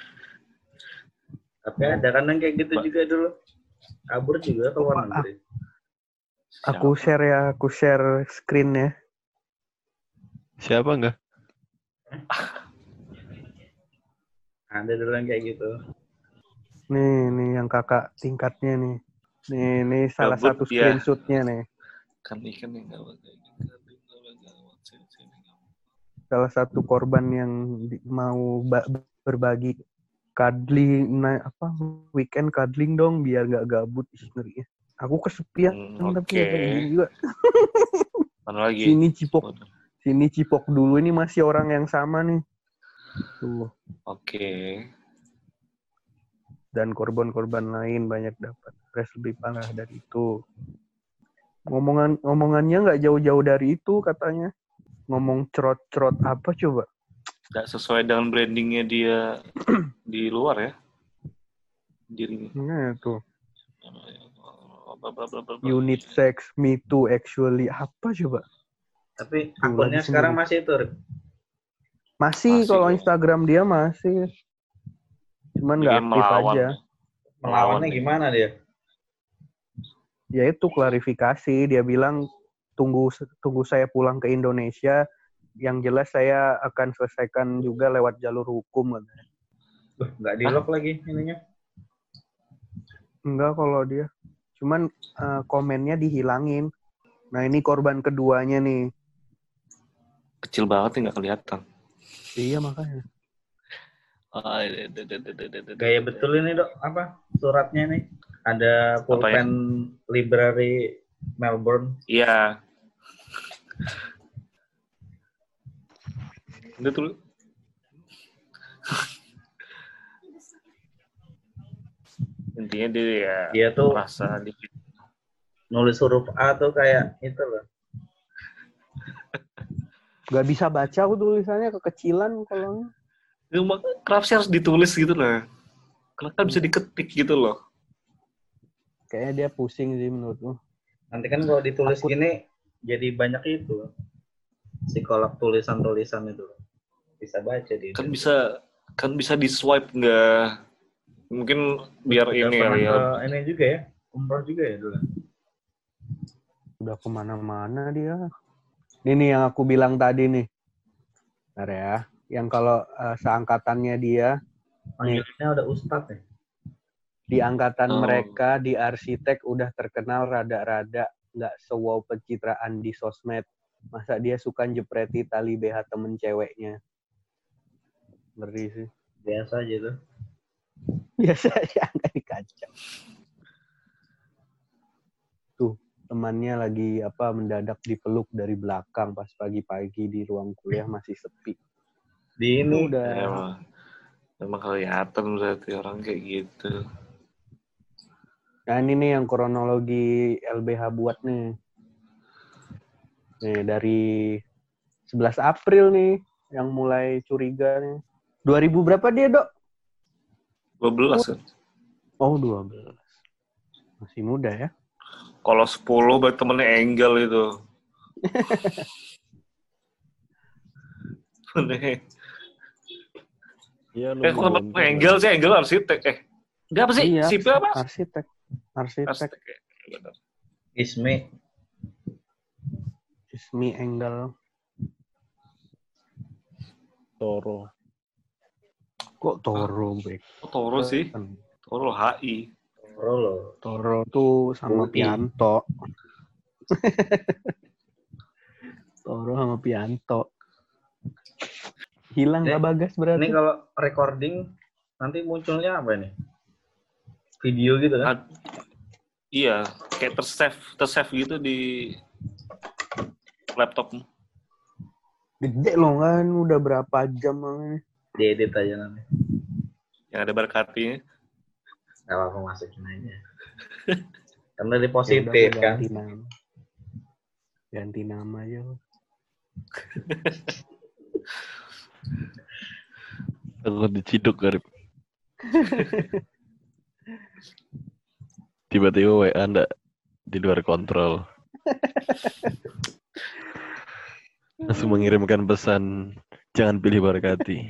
Tapi ada kan yang kayak gitu juga dulu. Kabur juga ke luar negeri. Aku share screen ya. Siapa enggak? Ada dulu yang kayak gitu. Nih yang kakak tingkatnya nih. Nih salah satu screenshotnya nih. Kan ikan yang gak salah satu korban yang mau berbagi weekend cuddling dong biar nggak gabut ngeri ya. Aku kesepian tapi kayak juga. Mana lagi? Sini cipok dulu ini masih orang yang sama nih. Tuh. Oke. Dan korban-korban lain banyak dapat stres lebih parah dari itu. Ngomongannya nggak jauh-jauh dari itu katanya. Ngomong cerot-cerot apa coba? Nggak sesuai dengan brandingnya dia di luar ya. Dirinya. Nah itu. Unit sex, me too, actually. Apa coba? Tapi akunnya sekarang masih itu, Rik? Masih kalau Instagram dia masih. Cuman nggak aktif aja. Melawannya gimana dia? Ya itu klarifikasi. Dia bilang tunggu saya pulang ke Indonesia. Yang jelas saya akan selesaikan juga lewat jalur hukum. Nggak di-lock lagi ininya? Enggak kalau dia. Cuman komennya dihilangin. Nah ini korban keduanya nih. Kecil banget nih nggak kelihatan. Iya makanya. Gaya betul ini dok, apa suratnya nih? Ada pulpen library Melbourne. Iya. Itu tuh. Intinya Dia tuh merasa nulis huruf A tuh kayak itu loh. Gak bisa baca aku tulisannya kekecilan kalau. Kenapa sih harus ditulis gitu lah? Karena kan bisa diketik gitu loh. Kayaknya dia pusing sih menurutku. Nanti kan kalau ditulis gini jadi banyak itu psikolog tulisan-tulisan itu bisa baca dia. Kan bisa di swipe nggak? Mungkin biar ini kali ya. Ini juga ya, umroh juga ya dulu. Udah kemana-mana dia. Ini nih yang aku bilang tadi nih. Bentar ya. Yang kalau seangkatannya dia. Panggilnya udah ustadz ya. Di angkatan mereka di arsitek udah terkenal rada-rada nggak se-wow pencitraan di sosmed. Masa dia suka jepreti tali BH temen ceweknya. Ngeri sih. Biasa aja tuh. Biasa aja nggak dikaca. Tuh temannya lagi mendadak dipeluk dari belakang pas pagi-pagi di ruang kuliah masih sepi. Di ini udah. Emang kelihatan berarti orang kayak gitu. Nah ini nih yang kronologi LBH buat nih. Nih dari 11 April nih yang mulai curiga nih. 2000 berapa dia, Dok? 12 kan? Oh, 12. Masih muda ya. Kalau 10 berarti temennya Engel itu. Iya, kok Engel sih? Engel arsitek. Enggak apa sih? Iya, Sipil apa? Arsitek. Ya. Ismi Engel. Toro. Kok Toro, Bek? Toro sih. Toro HI. Toro tuh sama Pianto. Toro sama Pianto. Hilang nggak Bagas berarti? Ini kalau recording nanti munculnya apa nih? Video gitu kan? Iya, kayak tersave gitu di laptopmu. Gede loh kan, udah berapa jam ini? Diedit aja nanti. Yang ada berkatinya. Gak apa-apa, masukin aja. Karena di positif kan. Ganti nama aja. Aku diciduk, Garip. Tiba-tiba WA ndak di luar kontrol. Langsung mengirimkan pesan, jangan pilih Barkati.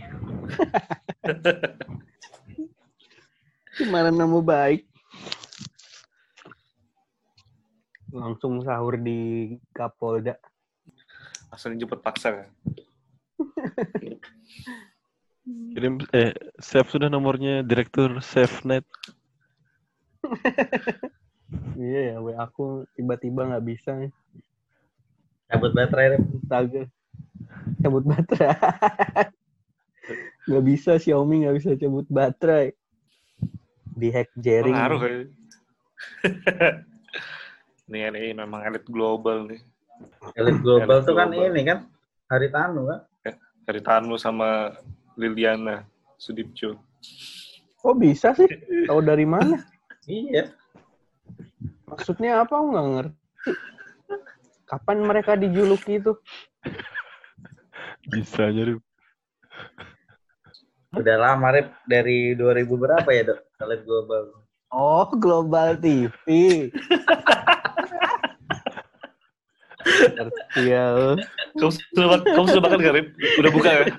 Gimana nama baik? Langsung sahur di Kapolda. Langsung jemput paksa kan? Kirim, save sudah nomornya Direktur SafeNet. Iya ya, WA aku tiba-tiba nggak bisa nih. Cabut baterai. Astaga. Cabut baterai. Nggak bisa, Xiaomi nggak bisa cabut baterai. Di-hack jaring. Pengaruh ya. Ini memang elit global nih. Elit global tuh kan ini kan Haritanu kan? Haritanu sama Liliana Sudipjo. Oh bisa sih? Tahu dari mana? Iya. Maksudnya apa? Aku nggak ngerti. Kapan mereka dijuluki itu? Bisa aja, Rip. Udah lama, Rip. Dari 2000 berapa ya, Dok? Elit global. Oh, Global TV. Iya. Kamu sudah makan gak, Rip? Udah buka ya?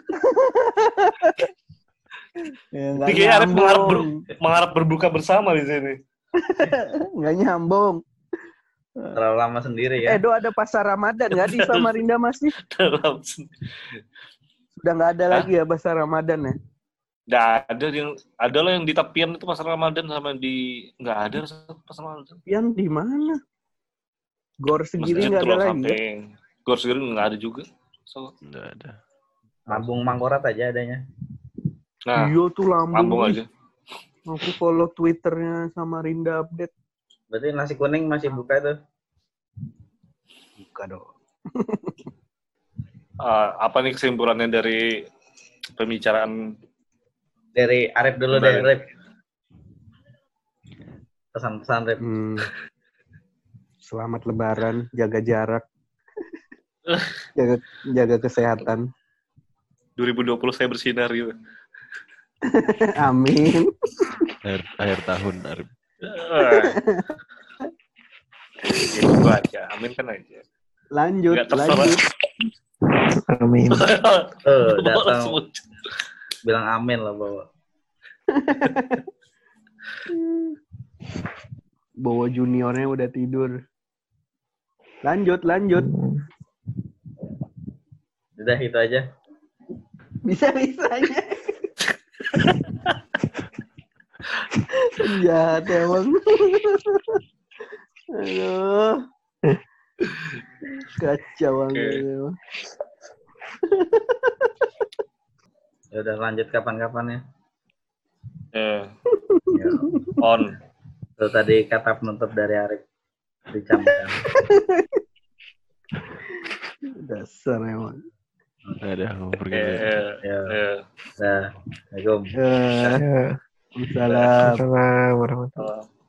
Ini kayaknya Arif mengharap berbuka bersama di sini. Nggak nyambung. Terlalu lama sendiri ya. Do ada pasar Ramadan nggak di Samarinda masih? Sudah nggak ada lagi ya pasar Ramadan ya? Nggak ada ada lah yang di tepian itu pasar Ramadan sama di nggak ada pasar Ramadan. Tepian di mana? Gor Segiri nggak ada lagi. Ya? Gor Segiri nggak ada juga. Nggak ada. Lambung Mangkorat aja adanya. Nah, iya tuh Lambung aja. Aku follow Twitternya Samarinda Update. Berarti nasi kuning masih buka tuh? suka dong. Apa nih kesimpulannya dari pembicaraan Dari Arif dulu deh, Kembali. Arif. Pesan-pesan, Arif. Selamat Lebaran, jaga jarak, jaga kesehatan. 2020 saya bersinar gitu. Amin. Akhir tahun, Arif. Gitu aja, amin kan aja. Lanjut, Nggak terserah. lanjut. Amin. Datang bilang amin lah bawa. Bawa juniornya udah tidur. Lanjut. Udah itu aja. Bisa-bisanya. Jahat emang. Aduh. Kacau banget emang. Ya udah lanjut kapan-kapan ya. Ya. On. Itu tadi kata penutup dari Arif. Dicampkan. Dasar emang. Ada mau pergi. Ya. Assalamualaikum. Waalaikumsalam. Assalamualaikum warahmatullahi wabarakatuh.